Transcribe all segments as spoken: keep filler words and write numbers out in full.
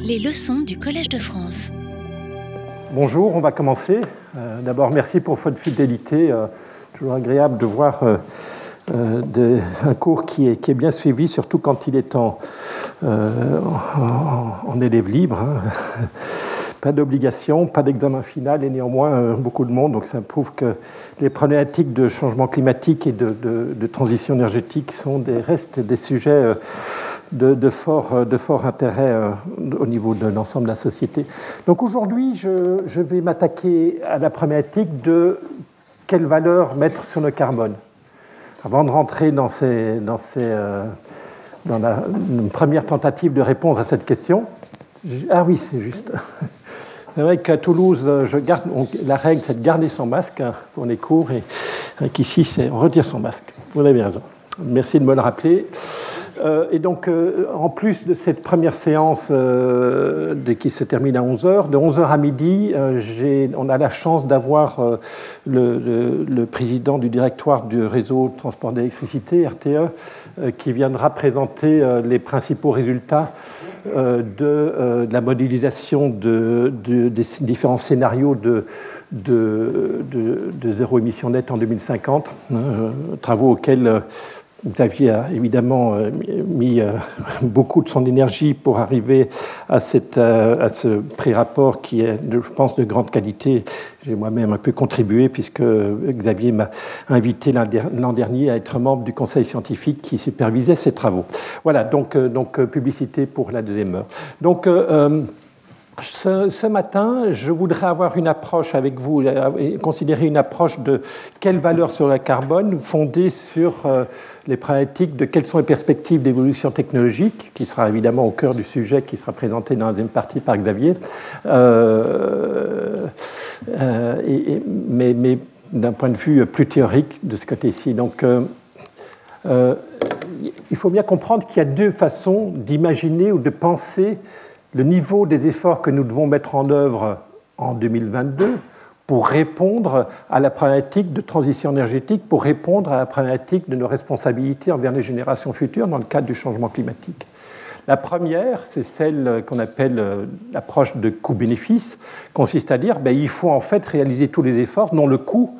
Les leçons du Collège de France. Bonjour, on va commencer. Euh, d'abord, merci pour votre fidélité. Euh, toujours agréable de voir euh, euh, de, un cours qui est, qui est bien suivi, surtout quand il est en, euh, en, en élève libre. Hein. Pas d'obligation, pas d'examen final et néanmoins euh, beaucoup de monde. Donc ça prouve que les problématiques de changement climatique et de, de, de transition énergétique sont des restes des sujets euh, de, de, fort, de fort intérêt euh, au niveau de l'ensemble de la société. Donc aujourd'hui, je, je vais m'attaquer à la problématique de quelle valeur mettre sur le carbone. Avant de rentrer dans, ces, dans, ces, euh, dans la une première tentative de réponse à cette question, ah oui, c'est juste. C'est vrai qu'à Toulouse, je garde, on, la règle, c'est de garder son masque hein, pour les cours, et qu'ici, c'est on retire son masque. Vous avez raison. Merci de me le rappeler. Euh, et donc, euh, en plus de cette première séance euh, de, qui se termine à onze heures, de onze heures à midi, euh, j'ai, on a la chance d'avoir euh, le, le, le président du directoire du réseau de transport d'électricité, R T E, euh, qui viendra présenter euh, les principaux résultats euh, de, euh, de la modélisation de, de, des différents scénarios de, de, de, de zéro émission nette en deux mille cinquante, hein, euh, travaux auxquels euh, Xavier a évidemment mis beaucoup de son énergie pour arriver à, cette, à ce pré-rapport qui est, je pense, de grande qualité. J'ai moi-même un peu contribué puisque Xavier m'a invité l'an dernier à être membre du conseil scientifique qui supervisait ces travaux. Voilà, donc, donc publicité pour la deuxième heure. Donc, euh, Ce, ce matin, je voudrais avoir une approche avec vous, considérer une approche de quelle valeur sur le carbone fondée sur euh, les problématiques de quelles sont les perspectives d'évolution technologique, qui sera évidemment au cœur du sujet qui sera présenté dans la deuxième partie par Xavier, euh, euh, et, et, mais, mais d'un point de vue plus théorique de ce côté-ci. Donc, euh, euh, il faut bien comprendre qu'il y a deux façons d'imaginer ou de penser le niveau des efforts que nous devons mettre en œuvre en deux mille vingt-deux pour répondre à la problématique de transition énergétique, pour répondre à la problématique de nos responsabilités envers les générations futures dans le cadre du changement climatique. La première, c'est celle qu'on appelle l'approche de coût-bénéfice, consiste à dire ben, il faut en fait réaliser tous les efforts dont le coût,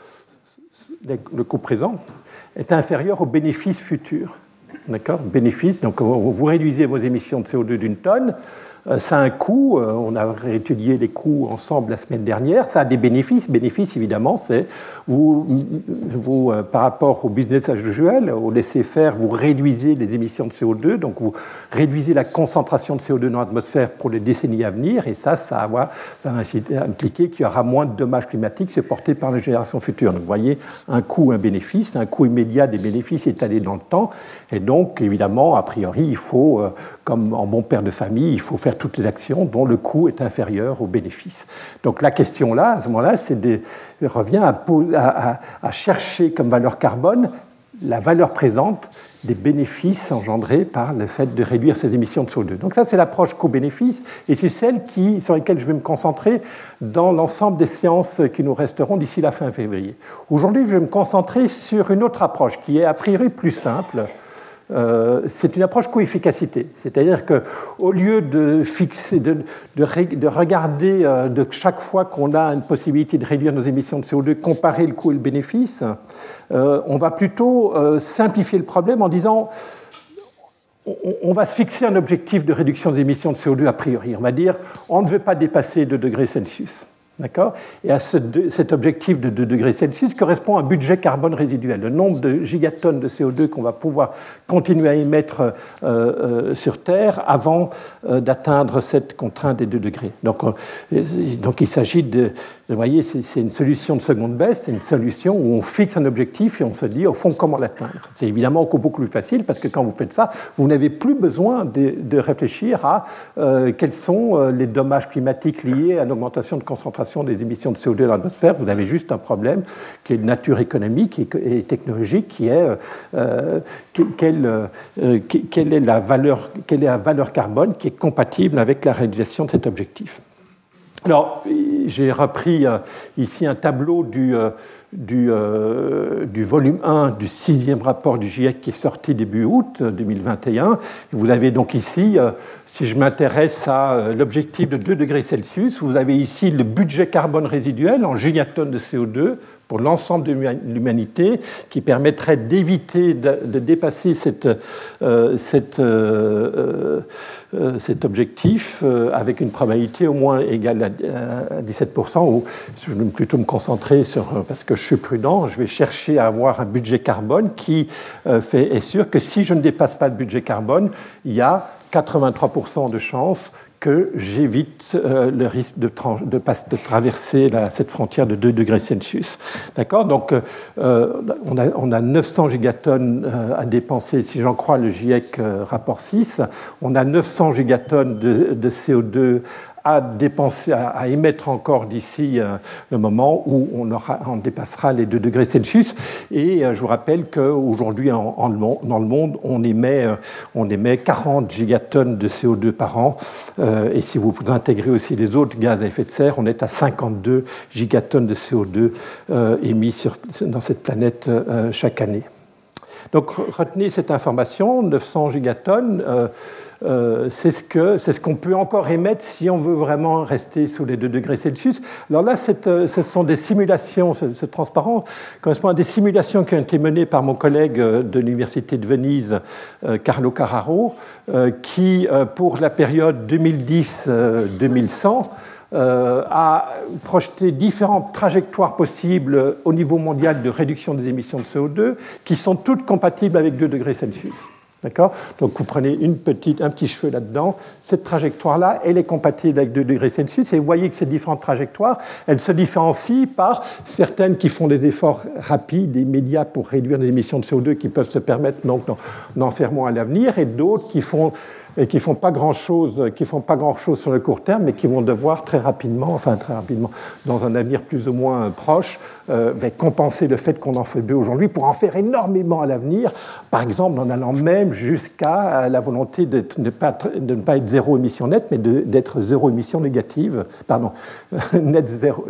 le coût présent est inférieur au bénéfice futur. D'accord ? Bénéfice, donc vous réduisez vos émissions de C O deux d'une tonne, ça a un coût, on a étudié les coûts ensemble la semaine dernière, ça a des bénéfices. Bénéfices, évidemment, c'est vous, vous par rapport au business as usual, au laisser-faire, vous réduisez les émissions de C O deux, donc vous réduisez la concentration de C O deux dans l'atmosphère pour les décennies à venir, et ça, ça va, ça va impliquer qu'il y aura moins de dommages climatiques supportés par les générations futures. Donc vous voyez, un coût, un bénéfice, un coût immédiat des bénéfices étalés dans le temps, et donc, évidemment, a priori, il faut, comme en bon père de famille, il faut faire toutes les actions dont le coût est inférieur au bénéfice. Donc la question là, à ce moment-là, c'est de, revient à, à, à chercher comme valeur carbone la valeur présente des bénéfices engendrés par le fait de réduire ces émissions de C O deux. Donc ça, c'est l'approche coût-bénéfice, et c'est celle qui, sur laquelle je vais me concentrer dans l'ensemble des séances qui nous resteront d'ici la fin février. Aujourd'hui, je vais me concentrer sur une autre approche qui est a priori plus simple. Euh, c'est une approche coût-efficacité, c'est-à-dire qu'au lieu de, fixer, de, de, de regarder euh, de chaque fois qu'on a une possibilité de réduire nos émissions de C O deux, comparer le coût et le bénéfice, euh, on va plutôt euh, simplifier le problème en disant on, on va se fixer un objectif de réduction des émissions de C O deux a priori. On va dire on ne veut pas dépasser deux degrés Celsius. D'accord ? Et à ce, cet objectif de deux degrés Celsius correspond à un budget carbone résiduel, le nombre de gigatonnes de C O deux qu'on va pouvoir continuer à émettre euh, euh, sur Terre avant euh, d'atteindre cette contrainte des deux degrés. Donc, euh, donc il s'agit de, vous voyez, c'est, c'est une solution de seconde baisse, c'est une solution où on fixe un objectif et on se dit au fond comment l'atteindre. C'est évidemment beaucoup plus facile parce que quand vous faites ça, vous n'avez plus besoin de, de réfléchir à euh, quels sont les dommages climatiques liés à l'augmentation de concentration des émissions de C O deux dans l'atmosphère. Vous avez juste un problème qui est de nature économique et technologique, qui est euh, quelle, euh, quelle est la valeur, quelle est la valeur carbone qui est compatible avec la réalisation de cet objectif. Alors, j'ai repris euh, ici un tableau du, euh, du, euh, du volume un du sixième rapport du GIEC qui est sorti début août deux mille vingt et un. Vous avez donc ici, euh, si je m'intéresse à euh, l'objectif de deux degrés Celsius, vous avez ici le budget carbone résiduel en gigatonnes de C O deux pour l'ensemble de l'humanité, qui permettrait d'éviter de, de dépasser cette, euh, cette, euh, euh, cet objectif euh, avec une probabilité au moins égale à, à dix-sept pour cent, ou je vais plutôt me concentrer sur, parce que je suis prudent, je vais chercher à avoir un budget carbone qui euh, fait, est sûr que si je ne dépasse pas le budget carbone, il y a quatre-vingt-trois pour cent de chances que j'évite euh, le risque de, tra de, de traverser la, cette frontière de deux degrés Celsius. D'accord ? Donc, euh, on, a, on a neuf cents gigatonnes euh, à dépenser, si j'en crois le GIEC euh, rapport six. On a neuf cents gigatonnes de, de C O deux à dépenser, à, à émettre encore d'ici euh, le moment où on, aura, on dépassera les deux degrés Celsius. Et euh, je vous rappelle qu'aujourd'hui, en, en, dans le monde, on émet, euh, on émet quarante gigatonnes de C O deux par an. Euh, et si vous intégrez aussi les autres gaz à effet de serre, on est à cinquante-deux gigatonnes de C O deux euh, émis sur, dans cette planète euh, chaque année. Donc retenez cette information, neuf cents gigatonnes. Euh, Euh, c'est ce que, c'est ce qu'on peut encore émettre si on veut vraiment rester sous les deux degrés Celsius. Alors là, cette, ce sont des simulations, ce, ce transparent correspond à des simulations qui ont été menées par mon collègue de l'Université de Venise, euh, Carlo Carraro, euh, qui, euh, pour la période deux mille dix deux mille cent, euh, a projeté différentes trajectoires possibles au niveau mondial de réduction des émissions de C O deux, qui sont toutes compatibles avec deux degrés Celsius. D'accord ? Donc vous prenez une petite, un petit cheveu là-dedans. Cette trajectoire-là, elle est compatible avec deux degrés Celsius. Et vous voyez que ces différentes trajectoires, elles se différencient par certaines qui font des efforts rapides et immédiats pour réduire les émissions de C O deux qui peuvent se permettre donc d'en faire moins à l'avenir, et d'autres qui font et qui font pas grand-chose, qui font pas grand-chose sur le court terme, mais qui vont devoir très rapidement, enfin très rapidement, dans un avenir plus ou moins proche, euh, ben, compenser le fait qu'on en fait peu aujourd'hui pour en faire énormément à l'avenir, par exemple en allant même jusqu'à la volonté de, de, pas, de ne pas être zéro émission nette, mais d'être zéro émission négative, pardon, net zéro.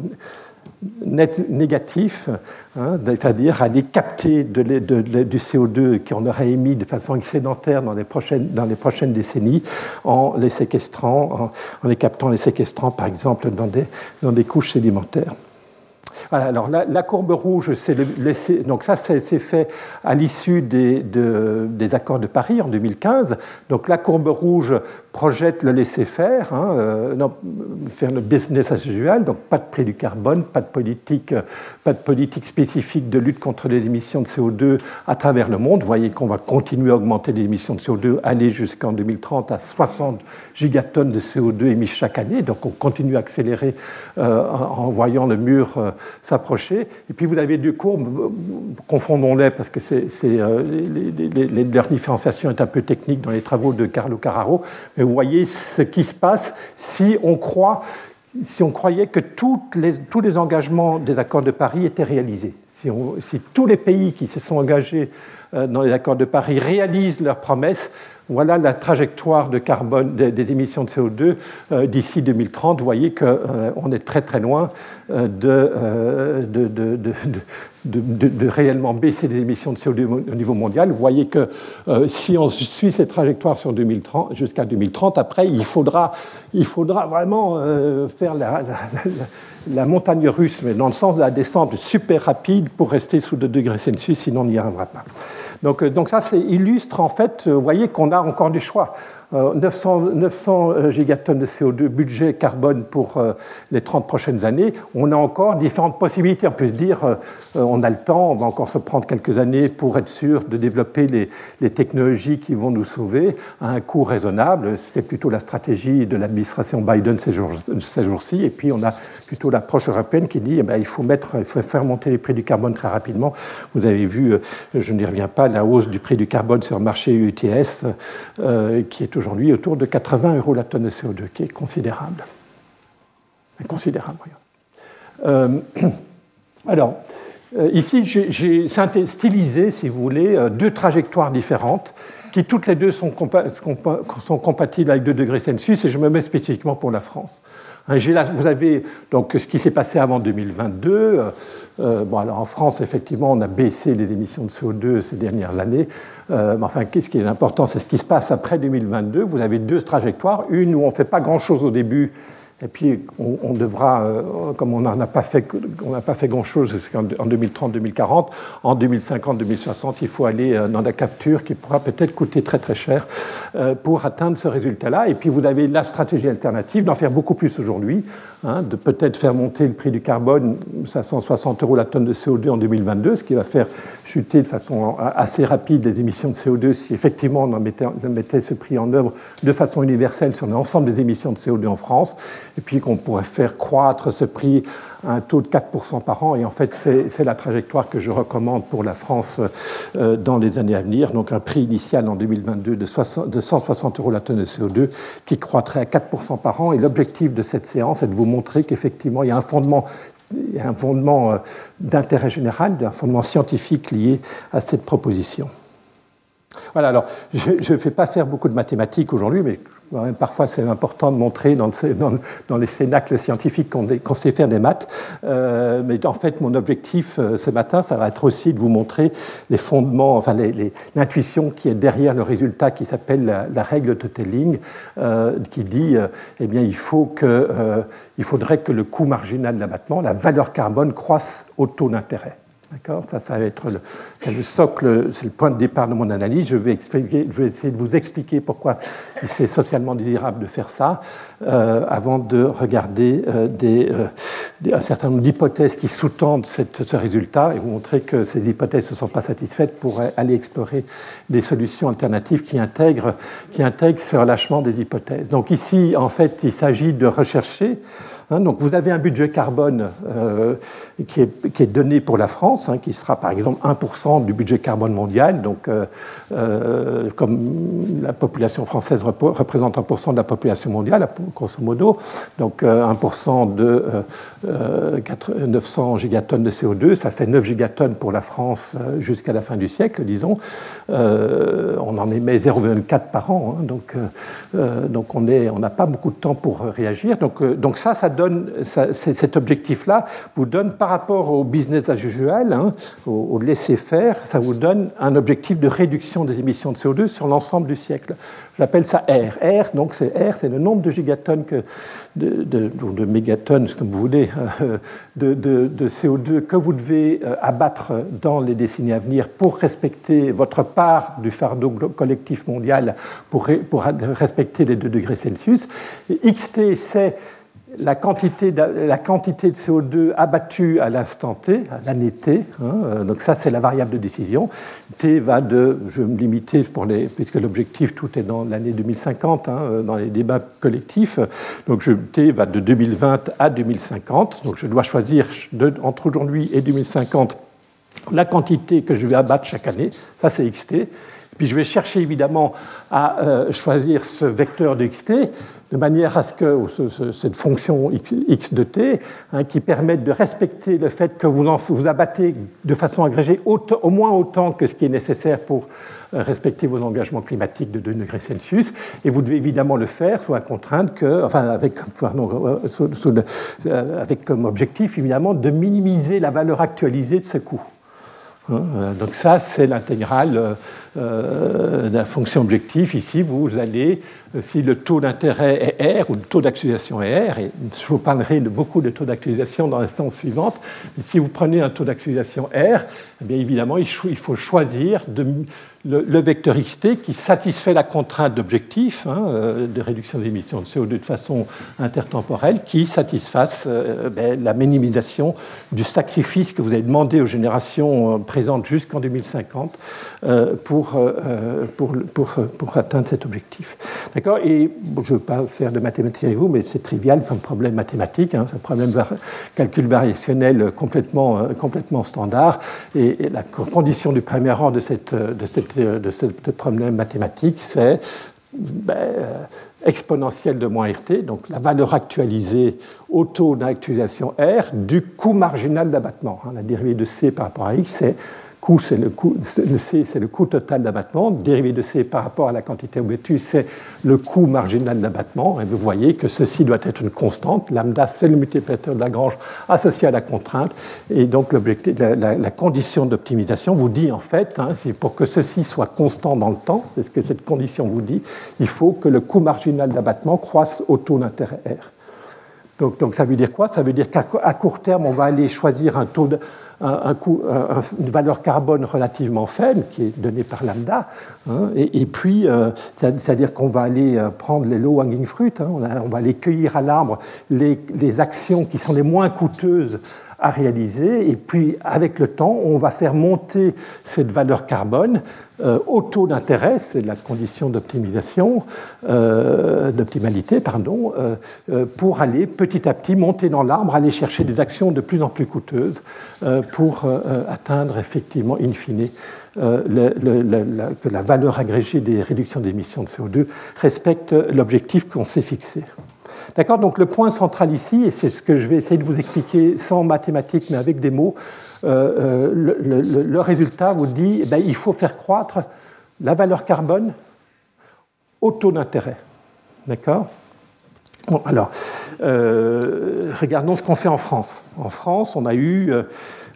net négatif, hein, c'est-à-dire aller capter de, de, de, du C O deux qu'on aurait émis de façon excédentaire dans les prochaines, dans les prochaines décennies en les séquestrant, en, en les captant, les séquestrant par exemple dans des, dans des couches sédimentaires. Voilà, alors la, la courbe rouge, c'est le, le, donc ça c'est fait à l'issue des, de, des accords de Paris en deux mille quinze. Donc la courbe rouge projette le laisser-faire, hein, euh, non, faire le business as usual, donc pas de prix du carbone, pas de politique, pas de politique spécifique de lutte contre les émissions de C O deux à travers le monde. Vous voyez qu'on va continuer à augmenter les émissions de C O deux, aller jusqu'en deux mille trente à soixante gigatonnes de C O deux émises chaque année. Donc on continue à accélérer euh, en voyant le mur euh, s'approcher. Et puis vous avez deux courbes, confondons-les parce que c'est, c'est, euh, les, les, les, leur différenciation est un peu technique dans les travaux de Carlo Carraro. Mais vous voyez ce qui se passe si on croit, si on croyait que toutes les, tous les engagements des accords de Paris étaient réalisés. Si, on, si tous les pays qui se sont engagés euh, dans les accords de Paris réalisent leurs promesses, voilà la trajectoire de carbone, des, des émissions de C O deux euh, d'ici deux mille trente. Vous voyez qu'on euh, est très très loin euh, de, euh, de, de, de, de, de, de réellement baisser les émissions de C O deux au niveau mondial. Vous voyez que euh, si on suit cette trajectoire sur deux mille trente, jusqu'à deux mille trente, après, il faudra, il faudra vraiment euh, faire la, la, la, la montagne russe, mais dans le sens de la descente super rapide pour rester sous deux degrés Celsius, sinon on n'y arrivera pas. Donc, donc ça, ça illustre en fait, vous voyez qu'on a encore du choix. Euh, neuf cents gigatonnes de C O deux, budget carbone pour euh, les trente prochaines années. On a encore différentes possibilités. On peut se dire, euh, on a le temps, on va encore se prendre quelques années pour être sûr de développer les, les technologies qui vont nous sauver à un coût raisonnable. C'est plutôt la stratégie de l'administration Biden ces, jours, ces jours-ci. Et puis on a plutôt l'approche européenne qui dit, eh bien, il faut mettre, il faut faire monter les prix du carbone très rapidement. Vous avez vu, je n'y reviens pas, la hausse du prix du carbone sur le marché U T S, euh, qui est toujours aujourd'hui autour de quatre-vingts euros la tonne de C O deux, qui est considérable. Considérable, euh, alors, euh, ici, j'ai stylisé, si vous voulez, deux trajectoires différentes qui toutes les deux sont, compa sont compatibles avec deux degrés Celsius, et je me mets spécifiquement pour la France. Là, vous avez donc ce qui s'est passé avant deux mille vingt-deux. Euh, bon, alors en France, effectivement, on a baissé les émissions de C O deux ces dernières années. Euh, mais enfin, ce qui est important, c'est ce qui se passe après deux mille vingt-deux. Vous avez deux trajectoires. Une où on ne fait pas grand-chose au début, et puis on, on devra, euh, comme on n'a pas fait, on n'a pas fait grand-chose jusqu'en deux mille trente deux mille quarante, en deux mille cinquante deux mille soixante, il faut aller dans la capture qui pourra peut-être coûter très très cher euh, pour atteindre ce résultat-là. Et puis vous avez la stratégie alternative d'en faire beaucoup plus aujourd'hui, hein, de peut-être faire monter le prix du carbone à cent soixante euros la tonne de C O deux en deux mille vingt-deux, ce qui va faire chuter de façon assez rapide les émissions de C O deux si effectivement on mettait, on mettait ce prix en œuvre de façon universelle sur l'ensemble des émissions de C O deux en France. Et puis qu'on pourrait faire croître ce prix à un taux de quatre pour cent par an. Et en fait, c'est la trajectoire que je recommande pour la France euh, dans les années à venir. Donc un prix initial en deux mille vingt-deux de, de cent soixante euros la tonne de C O deux qui croîtrait à quatre pour cent par an. Et l'objectif de cette séance est de vous montrer qu'effectivement, il y a un fondement il y a un fondement d'intérêt général, un fondement scientifique lié à cette proposition. Voilà, alors je ne vais pas faire beaucoup de mathématiques aujourd'hui, mais parfois c'est important de montrer dans, le, dans, dans les cénacles scientifiques qu'on qu sait faire des maths. Euh, mais en fait, mon objectif euh, ce matin, ça va être aussi de vous montrer les fondements, enfin l'intuition qui est derrière le résultat qui s'appelle la, la règle de Telling, euh, qui dit euh, eh bien, il, faut que, euh, il faudrait que le coût marginal de l'abattement, la valeur carbone, croisse au taux d'intérêt. Ça, ça va être le, le socle, c'est le point de départ de mon analyse. Je vais, expliquer, je vais essayer de vous expliquer pourquoi c'est socialement désirable de faire ça, euh, avant de regarder euh, des, euh, des, un certain nombre d'hypothèses qui sous-tendent ce résultat et vous montrer que ces hypothèses ne sont pas satisfaites pour aller explorer des solutions alternatives qui intègrent, qui intègrent ce relâchement des hypothèses. Donc ici, en fait, il s'agit de rechercher. Hein, donc vous avez un budget carbone euh, qui, est, qui est donné pour la France, hein, qui sera par exemple un pour cent du budget carbone mondial. Donc, euh, euh, comme la population française rep représente un pour cent de la population mondiale, grosso modo, donc euh, un pour cent de euh, neuf cents gigatonnes de C O deux, ça fait neuf gigatonnes pour la France euh, jusqu'à la fin du siècle, disons. Euh, on en émet zéro virgule quatre par an, hein, donc, euh, donc on n'a pas beaucoup de temps pour réagir. Donc, euh, donc ça, ça donne, ça, cet objectif-là vous donne, par rapport au business as usual, hein, au, au laisser-faire, ça vous donne un objectif de réduction des émissions de C O deux sur l'ensemble du siècle. J'appelle ça R. R, donc c'est R, c'est le nombre de gigatonnes, que, de, de, de mégatonnes, comme vous voulez, de, de, de C O deux que vous devez abattre dans les décennies à venir pour respecter votre part du fardeau collectif mondial, pour, pour respecter les deux degrés Celsius. Et X T, c'est la quantité, de, la quantité de C O deux abattue à l'instant T, à l'année T, hein, donc ça c'est la variable de décision. T va de, je vais me limiter, pour les, puisque l'objectif tout est dans l'année deux mille cinquante, hein, dans les débats collectifs, donc je, T va de deux mille vingt à deux mille cinquante, donc je dois choisir de, entre aujourd'hui et deux mille cinquante la quantité que je vais abattre chaque année, ça c'est X T. Puis je vais chercher évidemment à euh, choisir ce vecteur de X T de manière à ce que ce, ce, cette fonction X, X de T, hein, qui permette de respecter le fait que vous, en, vous abattez de façon agrégée autant, au moins autant que ce qui est nécessaire pour euh, respecter vos engagements climatiques de deux degrés Celsius. Et vous devez évidemment le faire sous la contrainte que, enfin avec, pardon, sous, sous le, euh, avec comme objectif évidemment de minimiser la valeur actualisée de ce coût. Hein, donc ça, c'est l'intégrale euh, de la fonction objectif. Ici, vous allez, si le taux d'intérêt est R, ou le taux d'actualisation est R, et je vous parlerai de beaucoup de taux d'actualisation dans l'instance suivante, mais si vous prenez un taux d'actualisation R, eh bien évidemment, il faut choisir de, le, le vecteur X T qui satisfait la contrainte d'objectif, hein, de réduction des émissions de C O deux de façon intertemporelle, qui satisfasse euh, ben, la minimisation du sacrifice que vous avez demandé aux générations présentes jusqu'en deux mille cinquante euh, pour, euh, pour, pour, pour atteindre cet objectif. D'accord ? Et bon, je ne veux pas faire de mathématiques avec vous, mais c'est trivial comme problème mathématique. Hein, c'est un problème de calcul variationnel complètement, euh, complètement standard. Et, et la condition du premier ordre de, cette, de, cette, de ce problème mathématique, c'est ben, euh, exponentielle de moins R T, donc la valeur actualisée au taux d'actualisation R du coût marginal d'abattement. Hein, la dérivée de C par rapport à X, c'est coût, c'est le, coût, le C, c'est le coût total d'abattement. Dérivée de C par rapport à la quantité obtue, c'est le coût marginal d'abattement. Et vous voyez que ceci doit être une constante. Lambda, c'est le multiplicateur de Lagrange associé à la contrainte. Et donc, l'objectif, la, la, la condition d'optimisation vous dit, en fait, hein, c'est pour que ceci soit constant dans le temps, c'est ce que cette condition vous dit, il faut que le coût marginal d'abattement croisse au taux d'intérêt R. Donc, donc, ça veut dire quoi? Ça veut dire qu'à court terme, on va aller choisir un taux de, un, un coût, un, une valeur carbone relativement faible, qui est donnée par lambda, hein, et, et puis, euh, c'est-à-dire qu'on va aller prendre les low hanging fruit, hein, on, a, on va aller cueillir à l'arbre les, les actions qui sont les moins coûteuses à réaliser, et puis avec le temps, on va faire monter cette valeur carbone euh, au taux d'intérêt, c'est la condition d'optimisation, euh, d'optimalité, pardon, euh, euh, pour aller petit à petit monter dans l'arbre, aller chercher des actions de plus en plus coûteuses euh, pour euh, atteindre effectivement, in fine, euh, le, le, le, la, que la valeur agrégée des réductions d'émissions de C O deux respecte l'objectif qu'on s'est fixé. D'accord, donc le point central ici, et c'est ce que je vais essayer de vous expliquer sans mathématiques mais avec des mots, euh, le, le, le résultat vous dit eh bien, il faut faire croître la valeur carbone au taux d'intérêt. D'accord? Bon, alors, euh, regardons ce qu'on fait en France. En France, on a eu euh,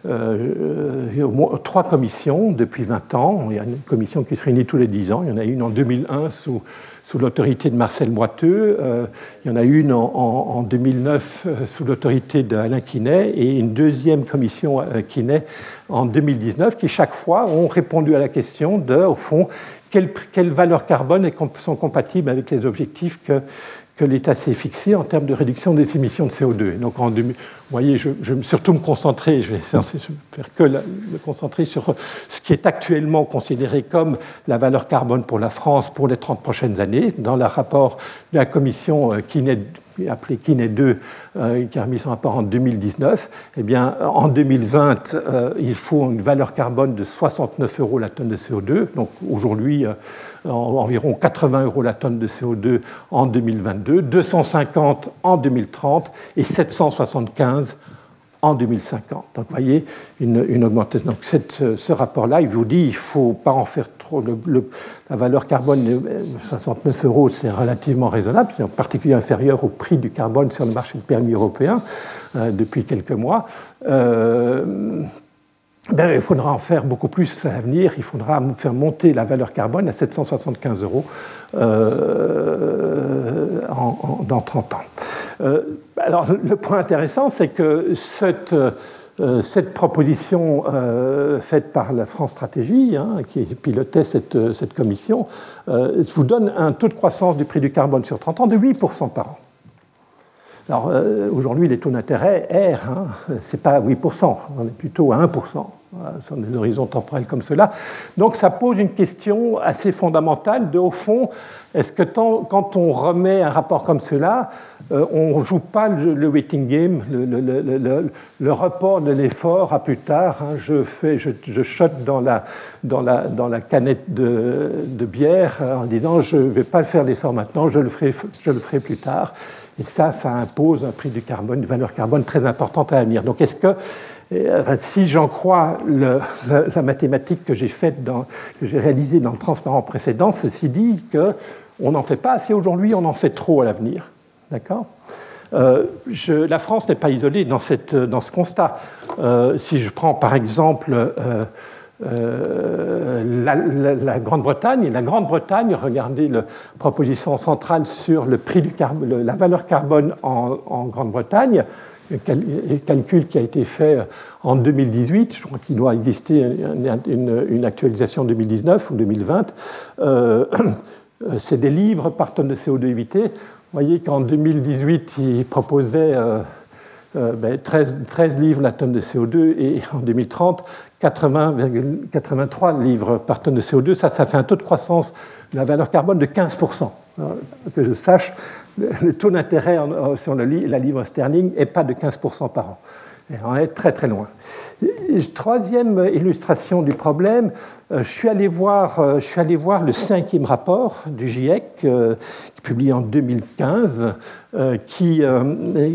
euh, au moins trois commissions depuis vingt ans. Il y a une commission qui se réunit tous les dix ans. Il y en a une en deux mille un sous sous l'autorité de Marcel Moiteux, euh, il y en a une en, en, en deux mille neuf euh, sous l'autorité d'Alain Quinet et une deuxième commission euh, Quinet en deux mille dix-neuf qui, chaque fois, ont répondu à la question de, au fond, quelles quelle valeurs carbone sont compatibles avec les objectifs que, que l'État s'est fixés en termes de réduction des émissions de C O deux. Et donc, en deux mille, vous voyez, je, je vais surtout me concentrer, je vais faire que la, me concentrer sur ce qui est actuellement considéré comme la valeur carbone pour la France pour les trente prochaines années. Dans le rapport de la commission Quinet, appelé Quinet deux, euh, qui a remis son rapport en deux mille dix-neuf, eh bien, en deux mille vingt, euh, il faut une valeur carbone de soixante-neuf euros la tonne de C O deux. Donc aujourd'hui, euh, environ quatre-vingts euros la tonne de C O deux en deux mille vingt-deux, deux cent cinquante en deux mille trente et sept cent soixante-quinze en deux mille cinquante. Donc, vous voyez, une, une augmentation. Donc, cette, ce rapport-là, il vous dit qu'il ne faut pas en faire trop. Le, le, la valeur carbone de soixante-neuf euros, c'est relativement raisonnable. C'est en particulier inférieur au prix du carbone sur le marché de permis européen euh, depuis quelques mois. Euh, Ben, il faudra en faire beaucoup plus à l'avenir. Il faudra faire monter la valeur carbone à sept cent soixante-quinze euros euh, en, en, dans trente ans. Euh, alors, le point intéressant, c'est que cette, euh, cette proposition euh, faite par la France Stratégie, hein, qui pilotait cette, cette commission, euh, vous donne un taux de croissance du prix du carbone sur trente ans de huit pour cent par an. Alors, euh, aujourd'hui, les taux d'intérêt R, hein, ce n'est pas huit pour cent, on est plutôt à un pour cent. Sur des horizons temporels comme cela. Donc ça pose une question assez fondamentale de, au fond, est-ce que tant, quand on remet un rapport comme cela, euh, on ne joue pas le, le waiting game, le, le, le, le, le report de l'effort à plus tard, hein, je, fais, je, je shot dans la, dans, la, dans la canette de, de bière en disant je ne vais pas le faire l'essor maintenant, je le ferai, je le ferai plus tard. Et ça, ça impose un prix du carbone, une valeur carbone très importante à l'avenir. Donc est-ce que Enfin, si j'en crois le, la, la mathématique que j'ai faite, dans, que j'ai réalisée dans le transparent précédent, ceci dit qu'on n'en fait pas assez aujourd'hui, on en fait trop à l'avenir. D'accord ? euh, je, La France n'est pas isolée dans, cette, dans ce constat. Euh, si je prends par exemple euh, euh, la, la, la Grande-Bretagne, la Grande-Bretagne, regardez la proposition centrale sur le prix du car, le, la valeur carbone en, en Grande-Bretagne, un calcul qui a été fait en deux mille dix-huit, je crois qu'il doit exister une, une, une actualisation en deux mille dix-neuf ou deux mille vingt, euh, c'est des livres par tonne de C O deux évité. Vous voyez qu'en deux mille dix-huit, il proposait euh, euh, ben, treize, treize livres la tonne de C O deux et en deux mille trente, quatre-vingts virgule quatre-vingt-trois livres par tonne de C O deux. Ça, ça fait un taux de croissance de la valeur carbone de quinze pour cent. Alors, que je sache, le taux d'intérêt sur la livre sterling n'est pas de quinze pour cent par an. Et on est très très loin. Et, troisième illustration du problème, euh, je, suis allé voir, euh, je suis allé voir le cinquième rapport du GIEC, euh, publié en deux mille quinze, euh, qui, euh,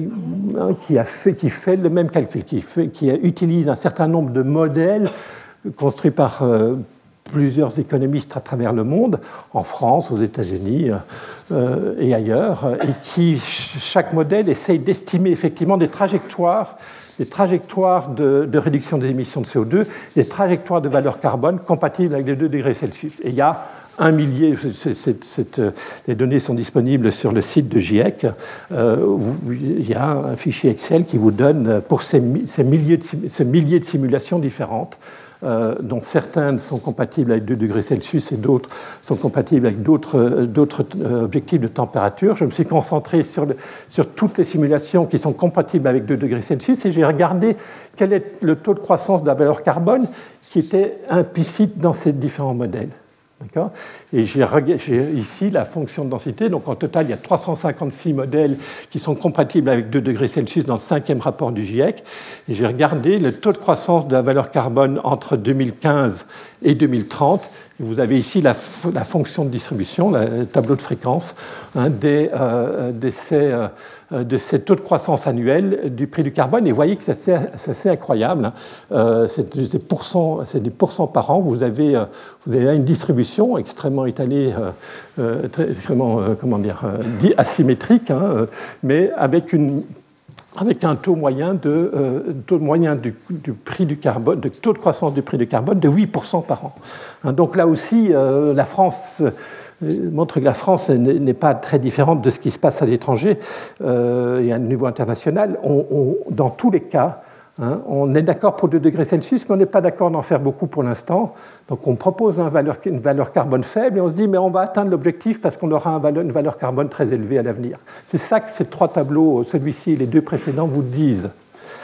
qui, a fait, qui fait le même calcul, qui, fait, qui utilise un certain nombre de modèles construits par euh, plusieurs économistes à travers le monde, en France, aux États-Unis euh, et ailleurs, et qui, chaque modèle, essaye d'estimer effectivement des trajectoires, des trajectoires de, de réduction des émissions de C O deux, des trajectoires de valeur carbone compatibles avec les deux degrés Celsius. Et il y a un millier, c'est, c'est, c'est, les données sont disponibles sur le site de GIEC, euh, vous, il y a un fichier Excel qui vous donne, pour ces, ces, milliers, de, ces milliers de simulations différentes, Euh, dont certaines sont compatibles avec deux degrés Celsius et d'autres sont compatibles avec d'autres, d'autres objectifs de température. Je me suis concentré sur, le, sur toutes les simulations qui sont compatibles avec deux degrés Celsius et j'ai regardé quel est le taux de croissance de la valeur carbone qui était implicite dans ces différents modèles. D'accord ? Et j'ai, j'ai ici la fonction de densité. Donc en total, il y a trois cent cinquante-six modèles qui sont compatibles avec deux degrés Celsius dans le cinquième rapport du GIEC. Et j'ai regardé le taux de croissance de la valeur carbone entre deux mille quinze et deux mille trente. Et vous avez ici la, la fonction de distribution, le tableau de fréquence hein, des, euh, de, ces, euh, de ces taux de croissance annuels du prix du carbone. Et vous voyez que c'est assez, c'est assez incroyable. Hein. Euh, c'est, des pourcents, c'est des pourcents par an. Vous avez, euh, vous avez une distribution extrêmement étalée, euh, euh, très, extrêmement euh, comment dire, euh, asymétrique, hein, mais avec une avec un taux moyen, de, euh, taux moyen du, du prix du carbone, de taux de croissance du prix du carbone de huit pour cent par an. Hein, donc là aussi, euh, la France euh, montre que la France n'est, n'est pas très différente de ce qui se passe à l'étranger euh, et à un niveau international. On, on, dans tous les cas, hein, on est d'accord pour deux degrés Celsius, mais on n'est pas d'accord d'en faire beaucoup pour l'instant. Donc on propose un valeur, une valeur carbone faible et on se dit mais on va atteindre l'objectif parce qu'on aura un valeur, une valeur carbone très élevée à l'avenir. C'est ça que ces trois tableaux, celui-ci et les deux précédents, vous disent. D'accord ?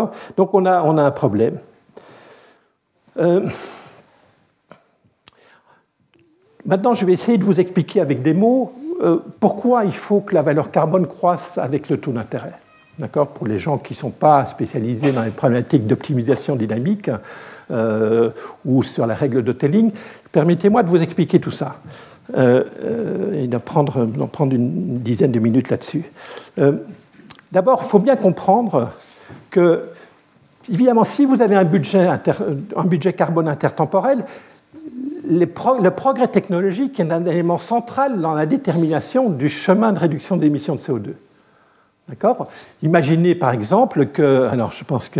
Donc on a, on a un problème. Euh... Maintenant, je vais essayer de vous expliquer avec des mots euh, pourquoi il faut que la valeur carbone croisse avec le taux d'intérêt. D'accord ? Pour les gens qui ne sont pas spécialisés dans les problématiques d'optimisation dynamique euh, ou sur la règle de Telling, permettez-moi de vous expliquer tout ça euh, euh, et d'en prendre, d'en prendre une dizaine de minutes là-dessus. Euh, d'abord, il faut bien comprendre que, évidemment, si vous avez un budget, inter, un budget carbone intertemporel, les pro, le progrès technologique est un élément central dans la détermination du chemin de réduction des émissions de C O deux. D'accord ? Imaginez par exemple que, alors je pense que,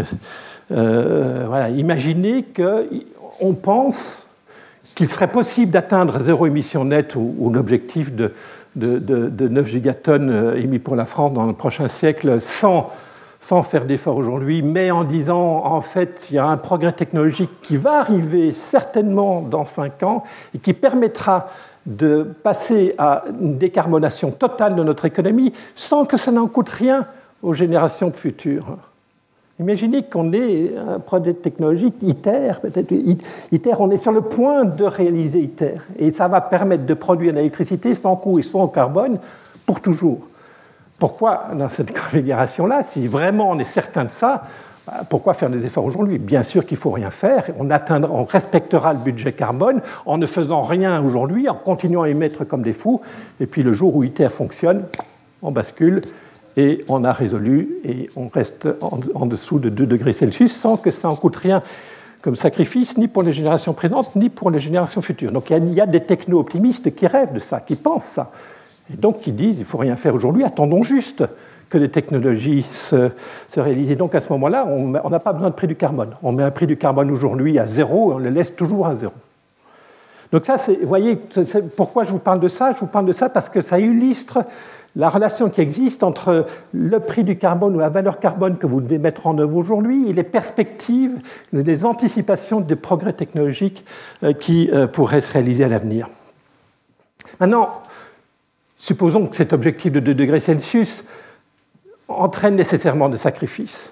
euh, voilà, imaginez qu'on pense qu'il serait possible d'atteindre zéro émission nette ou, ou l'objectif de, de, de, de neuf gigatonnes émis pour la France dans le prochain siècle sans, sans faire d'efforts aujourd'hui, mais en disant en fait il y a un progrès technologique qui va arriver certainement dans cinq ans et qui permettra de passer à une décarbonation totale de notre économie sans que ça n'en coûte rien aux générations futures. Imaginez qu'on ait un projet technologique, ITER, peut-être ITER, on est sur le point de réaliser ITER, et ça va permettre de produire de l'électricité sans coût et sans carbone pour toujours. Pourquoi, dans cette configuration-là, si vraiment on est certain de ça, pourquoi faire des efforts aujourd'hui ? Bien sûr qu'il ne faut rien faire, on, atteindra, on respectera le budget carbone en ne faisant rien aujourd'hui, en continuant à émettre comme des fous, et puis le jour où ITER fonctionne, on bascule, et on a résolu, et on reste en, en dessous de deux degrés Celsius sans que ça en coûte rien comme sacrifice, ni pour les générations présentes, ni pour les générations futures. Donc il y a, il y a des techno-optimistes qui rêvent de ça, qui pensent ça, et donc qui disent il ne faut rien faire aujourd'hui, attendons juste que les technologies se, se réalisent. Et donc à ce moment-là, on n'a pas besoin de prix du carbone. On met un prix du carbone aujourd'hui à zéro et on le laisse toujours à zéro. Donc ça, c'est, vous voyez, c'est, pourquoi je vous parle de ça ? Je vous parle de ça parce que ça illustre la relation qui existe entre le prix du carbone ou la valeur carbone que vous devez mettre en œuvre aujourd'hui et les perspectives, les anticipations des progrès technologiques qui pourraient se réaliser à l'avenir. Maintenant, supposons que cet objectif de deux degrés Celsius entraîne nécessairement des sacrifices.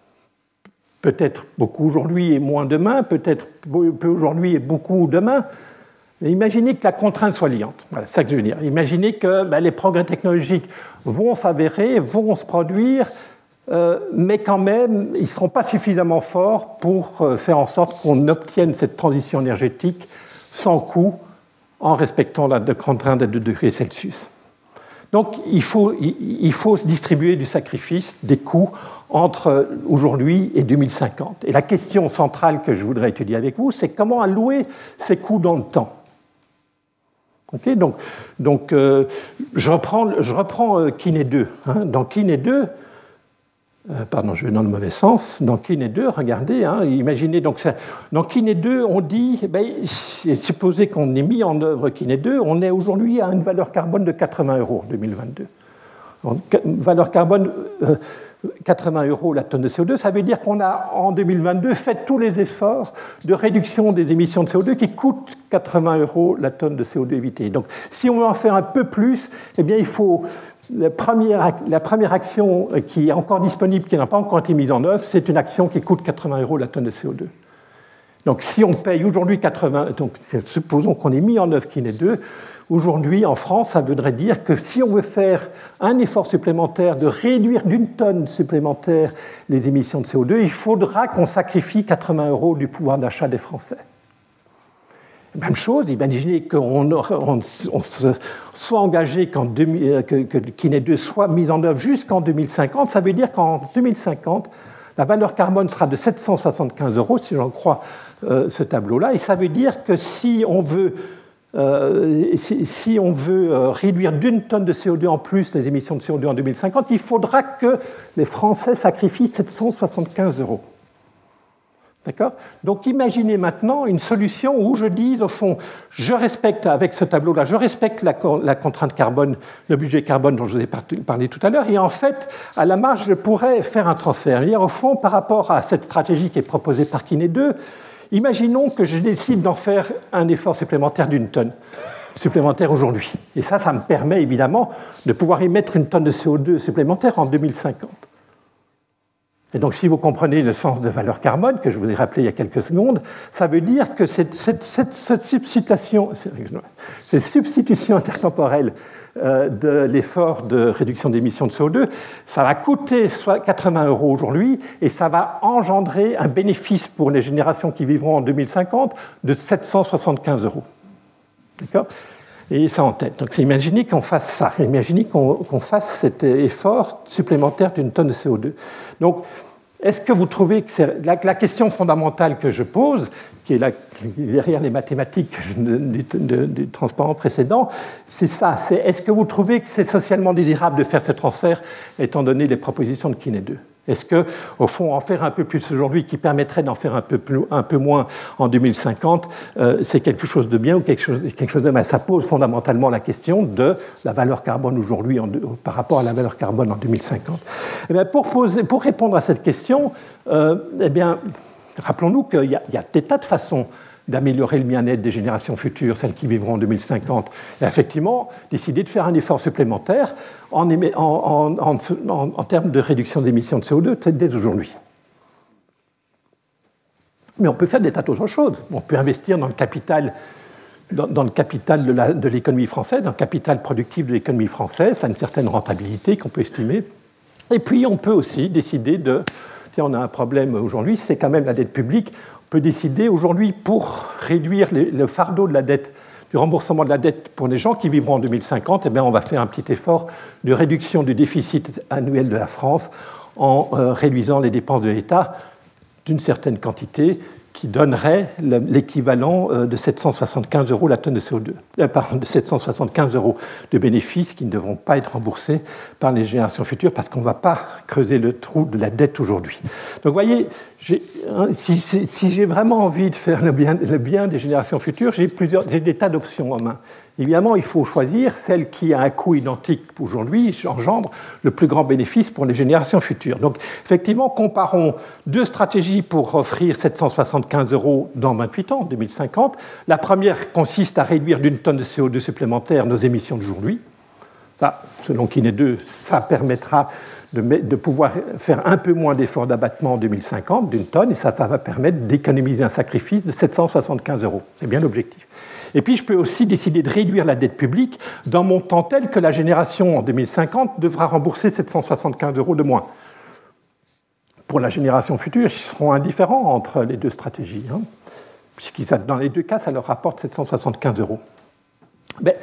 Peut-être beaucoup aujourd'hui et moins demain, peut-être peu aujourd'hui et beaucoup demain. Mais imaginez que la contrainte soit liante. Voilà, c'est ça que je veux dire. Imaginez que ben, les progrès technologiques vont s'avérer, vont se produire euh, mais quand même, ils ne seront pas suffisamment forts pour euh, faire en sorte qu'on obtienne cette transition énergétique sans coût, en respectant la contrainte de deux degrés Celsius. Donc, il faut, il faut se distribuer du sacrifice des coûts entre aujourd'hui et deux mille cinquante. Et la question centrale que je voudrais étudier avec vous, c'est comment allouer ces coûts dans le temps. Okay, donc, donc euh, je reprends, je reprends euh, Quinet deux. Hein. Dans Quinet deux, euh, pardon, je vais dans le mauvais sens. Dans Quinet deux, regardez, hein, imaginez, donc ça, dans Quinet deux, on dit, ben, supposez qu'on ait mis en œuvre Quinet deux, on est aujourd'hui à une valeur carbone de quatre-vingts euros en deux mille vingt-deux. Donc, valeur carbone euh, quatre-vingts euros la tonne de C O deux, ça veut dire qu'on a en deux mille vingt-deux fait tous les efforts de réduction des émissions de C O deux qui coûtent quatre-vingts euros la tonne de C O deux évitée. Donc si on veut en faire un peu plus, eh bien, il faut la première, la première action qui est encore disponible, qui n'a pas encore été mise en œuvre, c'est une action qui coûte quatre-vingts euros la tonne de C O deux. Donc si on paye aujourd'hui quatre-vingts, donc supposons qu'on ait mis en œuvre Quinet deux, aujourd'hui en France, ça voudrait dire que si on veut faire un effort supplémentaire de réduire d'une tonne supplémentaire les émissions de C O deux, il faudra qu'on sacrifie quatre-vingts euros du pouvoir d'achat des Français. Même chose, imaginez qu'on on, on soit engagé qu'en deux mille, que, que Quinet deux soit mis en œuvre jusqu'en deux mille cinquante, ça veut dire qu'en deux mille cinquante, la valeur carbone sera de sept cent soixante-quinze euros, si j'en crois euh, ce tableau-là, et ça veut dire que si on veut, euh, si, si on veut euh, réduire d'une tonne de C O deux en plus les émissions de C O deux en deux mille cinquante, il faudra que les Français sacrifient sept cent soixante-quinze euros. D'accord ? Donc imaginez maintenant une solution où je dis, au fond, je respecte, avec ce tableau-là, je respecte la, la contrainte carbone, le budget carbone dont je vous ai parlé tout à l'heure, et en fait, à la marge, je pourrais faire un transfert. Et au fond, par rapport à cette stratégie qui est proposée par Quinet deux, imaginons que je décide d'en faire un effort supplémentaire d'une tonne supplémentaire aujourd'hui. Et ça, ça me permet évidemment de pouvoir y mettre une tonne de C O deux supplémentaire en deux mille cinquante. Et donc, si vous comprenez le sens de valeur carbone, que je vous ai rappelé il y a quelques secondes, ça veut dire que cette, cette, cette, cette, substitution, cette substitution intertemporelle euh, de l'effort de réduction d'émissions de C O deux, ça va coûter soit quatre-vingts euros aujourd'hui et ça va engendrer un bénéfice pour les générations qui vivront en deux mille cinquante de sept cent soixante-quinze euros. D'accord ? Et ça en tête. Donc, imaginez qu'on fasse ça. Imaginez qu'on, qu'on fasse cet effort supplémentaire d'une tonne de C O deux. Donc, est-ce que vous trouvez que c'est la, la question fondamentale que je pose, qui est là, derrière les mathématiques du, du, du transparent précédent, c'est ça. C'est, est-ce que vous trouvez que c'est socialement désirable de faire ce transfert, étant donné les propositions de Quinet deux ? Est-ce que, au fond, en faire un peu plus aujourd'hui, qui permettrait d'en faire un peu, plus, un peu moins en deux mille cinquante, euh, c'est quelque chose de bien ou quelque chose, quelque chose de mal ? Ça pose fondamentalement la question de la valeur carbone aujourd'hui en, par rapport à la valeur carbone en deux mille cinquante. Eh bien, pour, poser, pour répondre à cette question, euh, eh bien, rappelons-nous qu'il y a, il y a des tas de façons d'améliorer le bien-être des générations futures, celles qui vivront en deux mille cinquante, et effectivement décider de faire un effort supplémentaire en, en, en, en, en termes de réduction d'émissions de C O deux dès aujourd'hui. Mais on peut faire des tas d'autres choses. On peut investir dans le capital, dans, dans le capital de, la, de l'économie française, dans le capital productif de l'économie française, ça a une certaine rentabilité qu'on peut estimer. Et puis on peut aussi décider de... Si on a un problème aujourd'hui, c'est quand même la dette publique. On peut décider aujourd'hui, pour réduire le fardeau de la dette, du remboursement de la dette pour les gens qui vivront en deux mille cinquante, eh bien, on va faire un petit effort de réduction du déficit annuel de la France en euh, réduisant les dépenses de l'État d'une certaine quantité qui donnerait l'équivalent de sept cent soixante-quinze euros la tonne de C O deux, euh, pardon, de sept cent soixante-quinze euros de bénéfices qui ne devront pas être remboursés par les générations futures parce qu'on ne va pas creuser le trou de la dette aujourd'hui. Donc, vous voyez, j'ai, hein, si, si, si j'ai vraiment envie de faire le bien, le bien des générations futures, j'ai, plusieurs, j'ai des tas d'options en main. Évidemment, il faut choisir celle qui a un coût identique aujourd'hui, engendre le plus grand bénéfice pour les générations futures. Donc, effectivement, comparons deux stratégies pour offrir sept cent soixante-quinze euros dans vingt-huit ans, en deux mille cinquante. La première consiste à réduire d'une tonne de C O deux supplémentaire nos émissions d'aujourd'hui. Ça, selon Quinet deux, ça permettra de, de pouvoir faire un peu moins d'efforts d'abattement en deux mille cinquante d'une tonne, et ça, ça va permettre d'économiser un sacrifice de sept cent soixante-quinze euros. C'est bien l'objectif. Et puis, je peux aussi décider de réduire la dette publique d'un montant tel que la génération en deux mille cinquante devra rembourser sept cent soixante-quinze euros de moins. pour la génération future, ils seront indifférents entre les deux stratégies, hein, puisque dans les deux cas, ça leur rapporte sept cent soixante-quinze euros. Mais,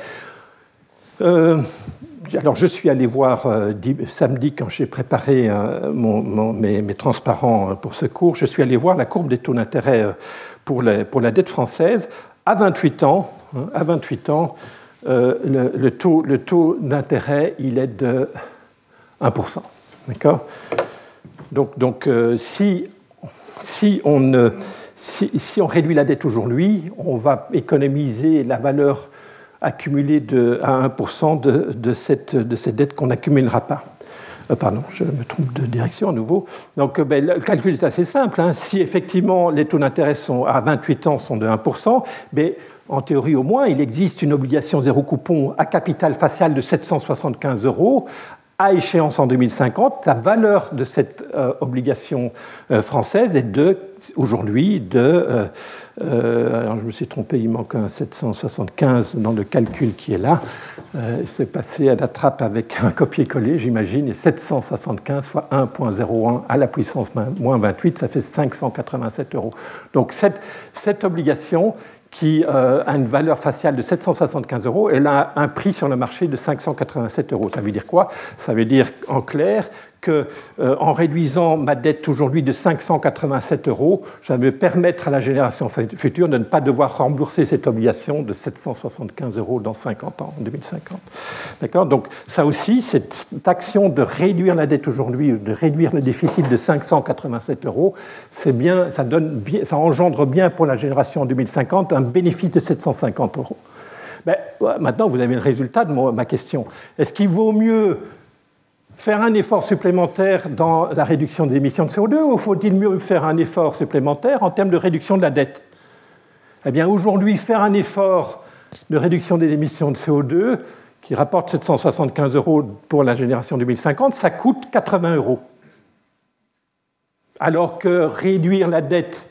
euh, alors, je suis allé voir euh, samedi, quand j'ai préparé euh, mon, mon, mes, mes transparents pour ce cours, je suis allé voir la courbe des taux d'intérêt euh, pour, pour la dette française. À vingt-huit ans, hein, à vingt-huit ans euh, le, le taux, le taux d'intérêt, il est de un pour cent. D'accord ? Donc, donc euh, si, si, on, euh, si, si on réduit la dette aujourd'hui, on va économiser la valeur accumulée de, à un pour cent de, de, cette, de cette dette qu'on n'accumulera pas. Euh, pardon, je me trompe de direction à nouveau. Donc, euh, ben, le calcul est assez simple. Hein. Si effectivement les taux d'intérêt sont, à vingt-huit ans sont de un pour cent, ben, en théorie au moins, il existe une obligation zéro coupon à capital facial de sept cent soixante-quinze euros à échéance en deux mille cinquante. La valeur de cette euh, obligation euh, française est de, aujourd'hui de... Euh, euh, alors je me suis trompé, il manque un sept cent soixante-quinze dans le calcul qui est là. Euh, c'est passé à la trappe avec un copier-coller, j'imagine, et sept cent soixante-quinze fois un virgule zéro un à la puissance moins vingt-huit, ça fait cinq cent quatre-vingt-sept euros. Donc cette, cette obligation qui euh, a une valeur faciale de sept cent soixante-quinze euros, elle a un prix sur le marché de cinq cent quatre-vingt-sept euros. Ça veut dire quoi ? Ça veut dire, en clair, qu'en euh, réduisant ma dette aujourd'hui de cinq cent quatre-vingt-sept euros, je vais permettre à la génération future de ne pas devoir rembourser cette obligation de sept cent soixante-quinze euros dans cinquante ans, en deux mille cinquante. D'accord ? Donc ça aussi, cette action de réduire la dette aujourd'hui, de réduire le déficit de cinq cent quatre-vingt-sept euros, c'est bien, ça, donne bien, ça engendre bien pour la génération en deux mille cinquante un bénéfice de sept cent cinquante euros. Ben, maintenant, vous avez le résultat de ma question. Est-ce qu'il vaut mieux faire un effort supplémentaire dans la réduction des émissions de C O deux ou faut-il mieux faire un effort supplémentaire en termes de réduction de la dette ? Eh bien, aujourd'hui, faire un effort de réduction des émissions de C O deux qui rapporte sept cent soixante-quinze euros pour la génération deux mille cinquante, ça coûte quatre-vingts euros. Alors que réduire la dette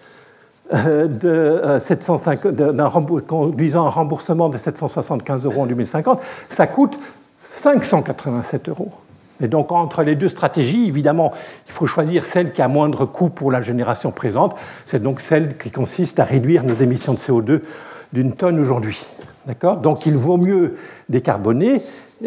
de sept cent cinquante, d'un conduisant un remboursement de sept cent soixante-quinze euros en deux mille cinquante, ça coûte cinq cent quatre-vingt-sept euros. Et donc, entre les deux stratégies, évidemment, il faut choisir celle qui a moindre coût pour la génération présente. C'est donc celle qui consiste à réduire nos émissions de C O deux d'une tonne aujourd'hui. D'accord ? Donc, il vaut mieux décarboner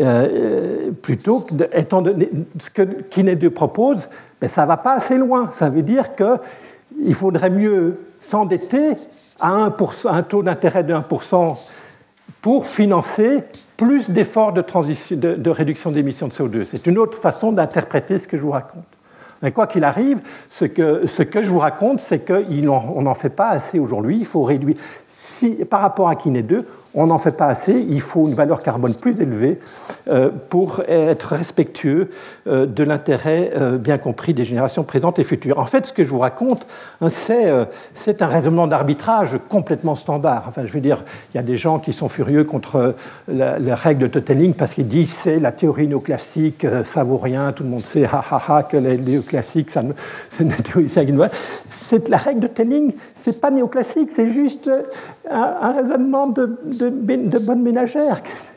euh, plutôt que, de, étant donné ce que Kiné deux propose, ben, ça ne va pas assez loin. Ça veut dire qu'il faudrait mieux s'endetter à un, pour cent, un taux d'intérêt de un pour cent pour financer plus d'efforts de, transition, de, de réduction d'émissions de C O deux. C'est une autre façon d'interpréter ce que je vous raconte. Mais quoi qu'il arrive, ce que, ce que je vous raconte, c'est qu'on n'en fait pas assez aujourd'hui. Il faut réduire. Si, par rapport à Kiné deux, on n'en fait pas assez. Il faut une valeur carbone plus élevée euh, pour être respectueux euh, de l'intérêt euh, bien compris des générations présentes et futures. En fait, ce que je vous raconte, hein, c'est, euh, c'est un raisonnement d'arbitrage complètement standard. Enfin, je veux dire, il y a des gens qui sont furieux contre la, la règle de totaling parce qu'ils disent c'est la théorie néoclassique, euh, ça vaut rien, tout le monde sait, ha ha ha, que les néoclassiques, ça ne, c'est une théorie c'est la règle de Totaling, c'est pas néoclassique, c'est juste un, un raisonnement de, de, de bonne ménagère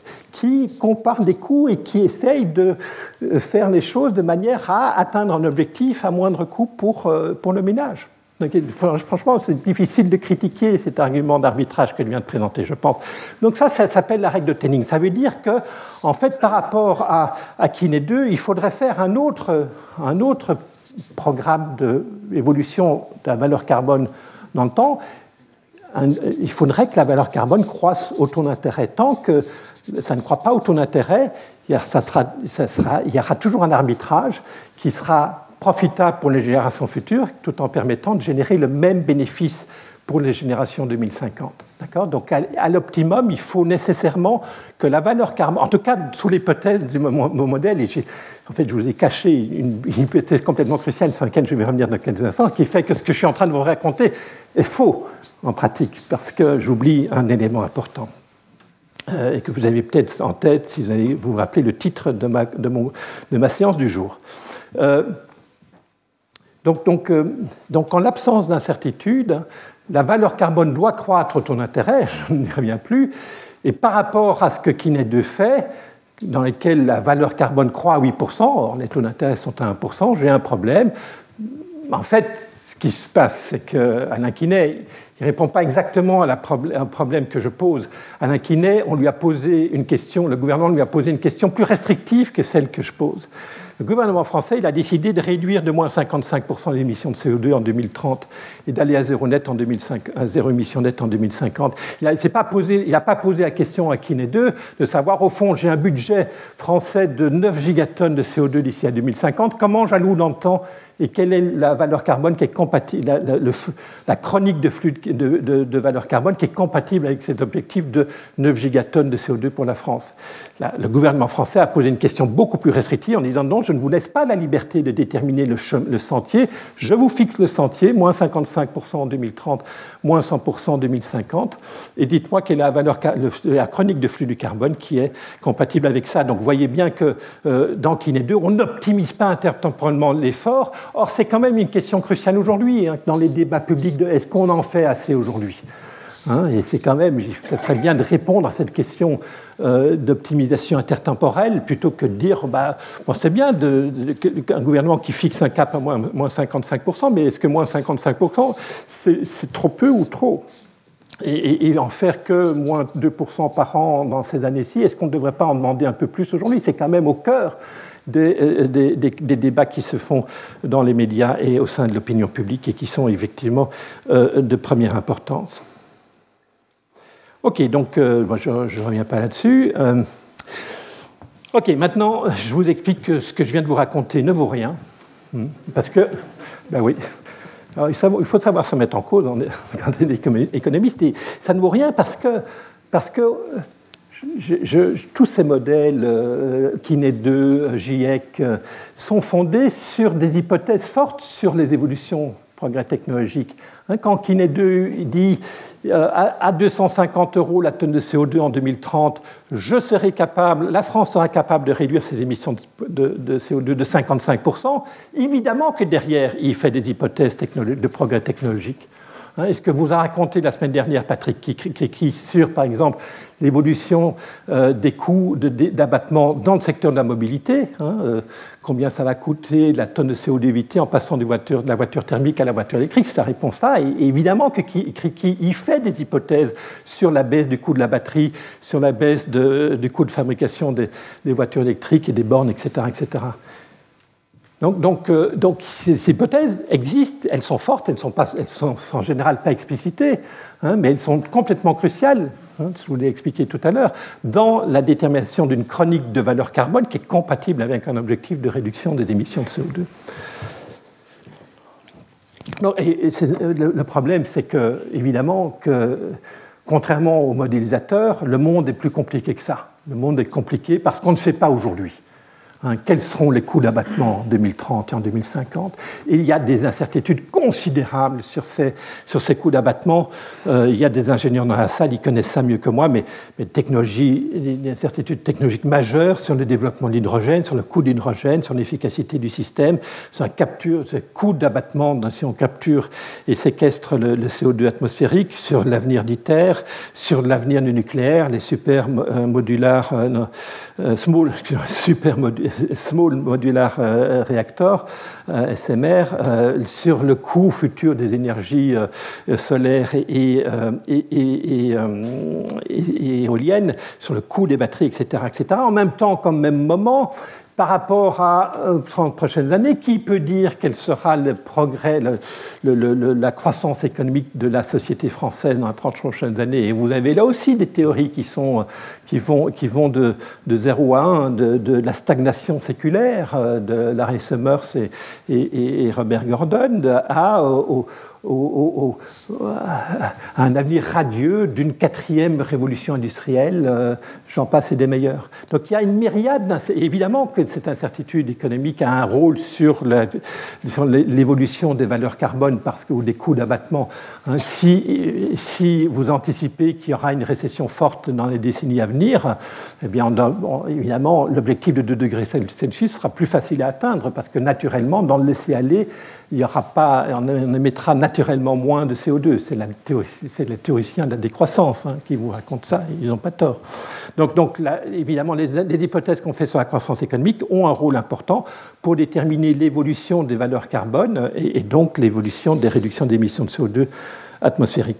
qui compare des coûts et qui essaye de faire les choses de manière à atteindre un objectif à moindre coût pour, pour le ménage. Donc, franchement, c'est difficile de critiquer cet argument d'arbitrage que je viens de présenter, je pense. Donc ça, ça s'appelle la règle de Totaling. Ça veut dire que, en fait, par rapport à, à Kiné deux, il faudrait faire un autre, un autre programme d'évolution de la valeur carbone dans le temps. Un, il faudrait que la valeur carbone croisse au taux d'intérêt. Tant que ça ne croît pas au taux d'intérêt, ça sera, ça sera, il y aura toujours un arbitrage qui sera profitable pour les générations futures, tout en permettant de générer le même bénéfice pour les générations deux mille cinquante. D'accord ? Donc, à, à l'optimum, il faut nécessairement que la valeur carbone, en tout cas sous l'hypothèse de mon, mon modèle, et j'ai, en fait, je vous ai caché une, une hypothèse complètement cruciale sur laquelle je vais revenir dans quelques instants, qui fait que ce que je suis en train de vous raconter est faux en pratique, parce que j'oublie un élément important. Euh, et que vous avez peut-être en tête si vous allez vous rappeler le titre de ma, de mon, de ma séance du jour. Euh, donc, donc, euh, donc, en l'absence d'incertitude, la valeur carbone doit croître au taux d'intérêt, je n'y reviens plus, et par rapport à ce que Kiné deux fait, dans lequel la valeur carbone croît à huit pour cent, or les taux d'intérêt sont à un pour cent, j'ai un problème. en fait, ce qui se passe, c'est qu'Alain Quinet, il ne répond pas exactement à la problème, un problème que je pose. Alain Quinet, on lui a posé une question, le gouvernement lui a posé une question plus restrictive que celle que je pose. Le gouvernement français il a décidé de réduire de moins cinquante-cinq pour cent les émissions de C O deux en deux mille trente et d'aller à zéro, net en deux mille cinquante, à zéro émission nette en deux mille cinquante. Il n'a pas, pas posé la question à Quinet deux de savoir, au fond, j'ai un budget français de neuf gigatonnes de C O deux d'ici à deux mille cinquante, comment j'alloue dans le temps et quelle est la valeur carbone qui est compatible, la, la, le, la chronique de flux de, de, de valeur carbone qui est compatible avec cet objectif de neuf gigatonnes de C O deux pour la France. La, le gouvernement français a posé une question beaucoup plus restrictive en disant non, je ne vous laisse pas la liberté de déterminer le, le sentier, je vous fixe le sentier, moins cinquante-cinq pour cent en deux mille trente, moins cent pour cent en deux mille cinquante, et dites-moi quelle est la, valeur, la chronique de flux du carbone qui est compatible avec ça. Donc vous voyez bien que euh, dans Quinet deux, on n'optimise pas intertemporellement l'effort. Or, c'est quand même une question cruciale aujourd'hui, hein, dans les débats publics de est-ce qu'on en fait assez aujourd'hui, hein, et c'est quand même, ce serait bien de répondre à cette question euh, d'optimisation intertemporelle plutôt que de dire bah, bon, c'est bien de, de, de, un gouvernement qui fixe un cap à moins, moins cinquante-cinq pour cent, mais est-ce que moins cinquante-cinq pour cent, c'est, c'est trop peu ou trop ? Et, et, et en faire que moins deux pour cent par an dans ces années-ci, est-ce qu'on ne devrait pas en demander un peu plus aujourd'hui ? C'est quand même au cœur Des, des, des, des débats qui se font dans les médias et au sein de l'opinion publique et qui sont effectivement euh, de première importance. Ok, donc euh, moi je ne reviens pas là-dessus. Euh, ok, maintenant je vous explique que ce que je viens de vous raconter ne vaut rien, parce que, ben oui, alors, il faut savoir se mettre en cause quand on est économiste, et ça ne vaut rien parce que, parce que Je, je, tous ces modèles, euh, Quinet deux, GIEC, euh, sont fondés sur des hypothèses fortes sur les évolutions progrès technologiques. Hein, quand Quinet deux dit euh, à, à deux cent cinquante euros la tonne de C O deux en deux mille trente, je serai capable, la France sera capable de réduire ses émissions de, de, de C O deux de cinquante-cinq pour cent, évidemment que derrière, il fait des hypothèses de progrès technologiques. Hein, est-ce que vous a raconté la semaine dernière Patrick Cricri sur, par exemple, l'évolution euh, des coûts de, d'abattement dans le secteur de la mobilité, hein, euh, combien ça va coûter la tonne de C O deux évitée en passant de, voiture, de la voiture thermique à la voiture électrique, c'est la réponse là. Et, et évidemment que Cricri y fait des hypothèses sur la baisse du coût de la batterie, sur la baisse de, du coût de fabrication des, des voitures électriques et des bornes, et cetera, et cetera. Donc, donc, euh, donc ces, ces hypothèses existent, elles sont fortes, elles ne sont, pas, elles sont en général pas explicitées, hein, mais elles sont complètement cruciales, hein, je vous l'ai expliqué tout à l'heure, dans la détermination d'une chronique de valeur carbone qui est compatible avec un objectif de réduction des émissions de C O deux. Non, et, et c'est, le, le problème, c'est que, évidemment, que, contrairement aux modélisateurs, le monde est plus compliqué que ça. Le monde est compliqué parce qu'on ne sait pas aujourd'hui. Hein, quels seront les coûts d'abattement en deux mille trente et en deux mille cinquante. Et il y a des incertitudes considérables sur ces, sur ces coûts d'abattement. Euh, il y a des ingénieurs dans la salle, ils connaissent ça mieux que moi, mais, mais technologie, des incertitudes technologiques majeures sur le développement de l'hydrogène, sur le coût de l'hydrogène, sur l'efficacité du système, sur la capture, le coût d'abattement si on capture et séquestre le, le C O deux atmosphérique, sur l'avenir d'ITER, sur l'avenir du nucléaire, les super modulars, euh, euh, small, super modulars, Small Modular Reactor, euh, S M R, euh, sur le coût futur des énergies euh, solaires et, et, euh, et, et, et, euh, et éoliennes, sur le coût des batteries, et cetera, et cetera. En même temps, comme même moment, par rapport à euh, trente prochaines années, qui peut dire quel sera le progrès, le, le, le, la croissance économique de la société française dans les trente prochaines années? Et vous avez là aussi des théories qui, sont, qui, vont, qui vont de, de zéro à un, de, de la stagnation séculaire de Larry Summers et, et, et Robert Gordon, à, au, Au, au, au, à un avenir radieux d'une quatrième révolution industrielle, euh, j'en passe et des meilleurs. Donc il y a une myriade, évidemment que cette incertitude économique a un rôle sur, la, sur l'évolution des valeurs carbone parce que, ou des coûts d'abattement. Hein, si, si vous anticipez qu'il y aura une récession forte dans les décennies à venir, eh bien, bon, évidemment, l'objectif de deux degrés Celsius sera plus facile à atteindre parce que naturellement, dans le laisser-aller, il y aura pas, on émettra naturellement naturellement moins de C O deux. C'est, la théorie, c'est les théoriciens de la décroissance hein, qui vous racontent ça, ils n'ont pas tort. Donc, donc là, évidemment, les, les hypothèses qu'on fait sur la croissance économique ont un rôle important pour déterminer l'évolution des valeurs carbone et, et donc l'évolution des réductions d'émissions de C O deux atmosphériques.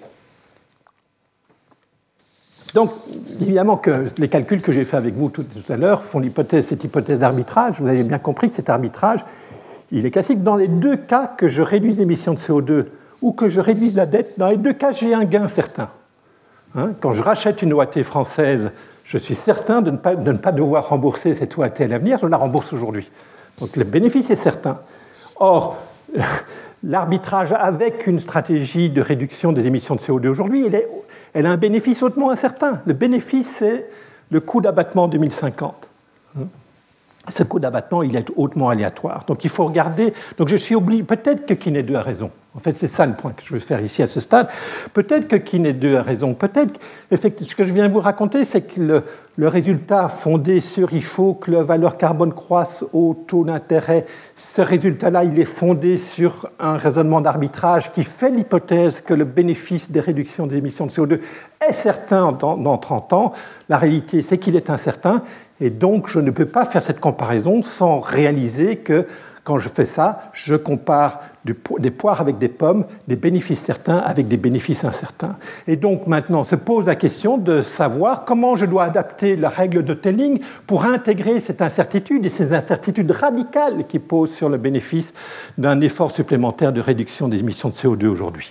Donc, évidemment que les calculs que j'ai faits avec vous tout, tout à l'heure font l'hypothèse, cette hypothèse d'arbitrage. Vous avez bien compris que cet arbitrage, il est classique. Dans les deux cas, que je réduise l'émission de C O deux ou que je réduise la dette, dans les deux cas, j'ai un gain certain. Hein, quand je rachète une O A T française, je suis certain de ne pas, de ne pas devoir rembourser cette O A T à l'avenir, je la rembourse aujourd'hui. Donc le bénéfice est certain. Or, l'arbitrage avec une stratégie de réduction des émissions de C O deux aujourd'hui, elle, est, elle a un bénéfice hautement incertain. Le bénéfice, c'est le coût d'abattement en deux mille cinquante. Ce coût d'abattement, il est hautement aléatoire. Donc il faut regarder. Donc je suis obligé. Peut-être que Quinet deux a raison. En fait, c'est ça le point que je veux faire ici à ce stade. Peut-être que Quinet deux a raison. Peut-être. Ce que je viens de vous raconter, c'est que le, le résultat fondé sur il faut que la valeur carbone croisse au taux d'intérêt, ce résultat-là, il est fondé sur un raisonnement d'arbitrage qui fait l'hypothèse que le bénéfice des réductions des émissions de C O deux est certain dans, dans trente ans. La réalité, c'est qu'il est incertain. Et donc, je ne peux pas faire cette comparaison sans réaliser que, quand je fais ça, je compare du, des poires avec des pommes, des bénéfices certains avec des bénéfices incertains. Et donc, maintenant, se pose la question de savoir comment je dois adapter la règle de Telling pour intégrer cette incertitude et ces incertitudes radicales qui posent sur le bénéfice d'un effort supplémentaire de réduction des émissions de C O deux aujourd'hui.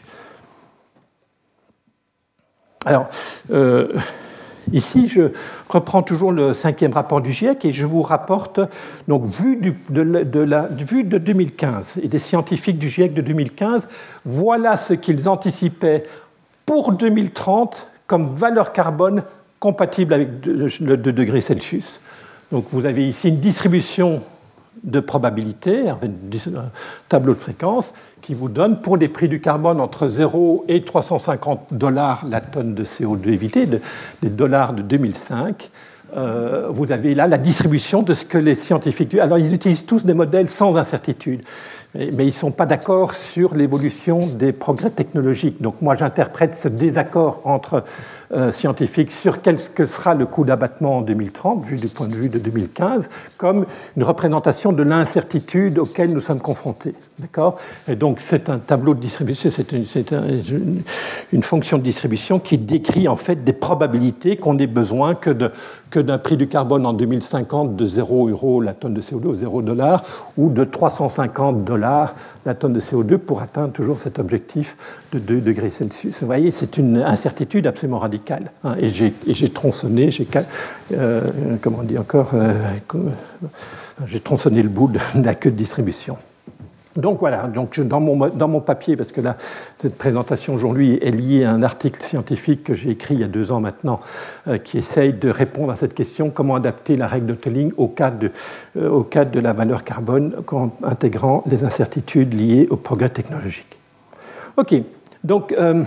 Alors, euh, ici, je reprends toujours le cinquième rapport du GIEC et je vous rapporte, donc, vu, du, de, de la, vue de deux mille quinze et des scientifiques du GIEC de deux mille quinze, voilà ce qu'ils anticipaient pour deux mille trente comme valeur carbone compatible avec le deux degrés Celsius. Donc, vous avez ici une distribution de probabilité, un tableau de fréquence, qui vous donne pour des prix du carbone entre zéro et trois cent cinquante dollars la tonne de C O deux évité, de, des dollars de deux mille cinq. Euh, vous avez là la distribution de ce que les scientifiques... Alors, ils utilisent tous des modèles sans incertitude, mais, mais ils ne sont pas d'accord sur l'évolution des progrès technologiques. Donc, moi, j'interprète ce désaccord entre euh, scientifiques sur quel que sera le coût d'abattement en deux mille trente, vu du point de vue de deux mille quinze, comme une représentation de l'incertitude auquel nous sommes confrontés. D'accord ? Et donc, c'est un tableau de distribution, c'est, une, c'est un, une, une fonction de distribution qui décrit en fait des probabilités qu'on ait besoin que, de, que d'un prix du carbone en deux mille cinquante de zéro euro la tonne de C O deux, zéro dollar, ou de trois cent cinquante dollars la tonne de C O deux pour atteindre toujours cet objectif de deux degrés Celsius. Vous voyez, c'est une incertitude absolument radicale. Hein, et, j'ai, et j'ai tronçonné, j'ai, euh, comment on dit encore, euh, j'ai tronçonné le bout de la queue de distribution. Donc voilà, donc je, dans, mon, dans mon papier, parce que là, cette présentation aujourd'hui est liée à un article scientifique que j'ai écrit il y a deux ans maintenant, euh, qui essaye de répondre à cette question, comment adapter la règle de Telling au cadre de, euh, au cadre de la valeur carbone en intégrant les incertitudes liées au progrès technologique. OK, donc euh,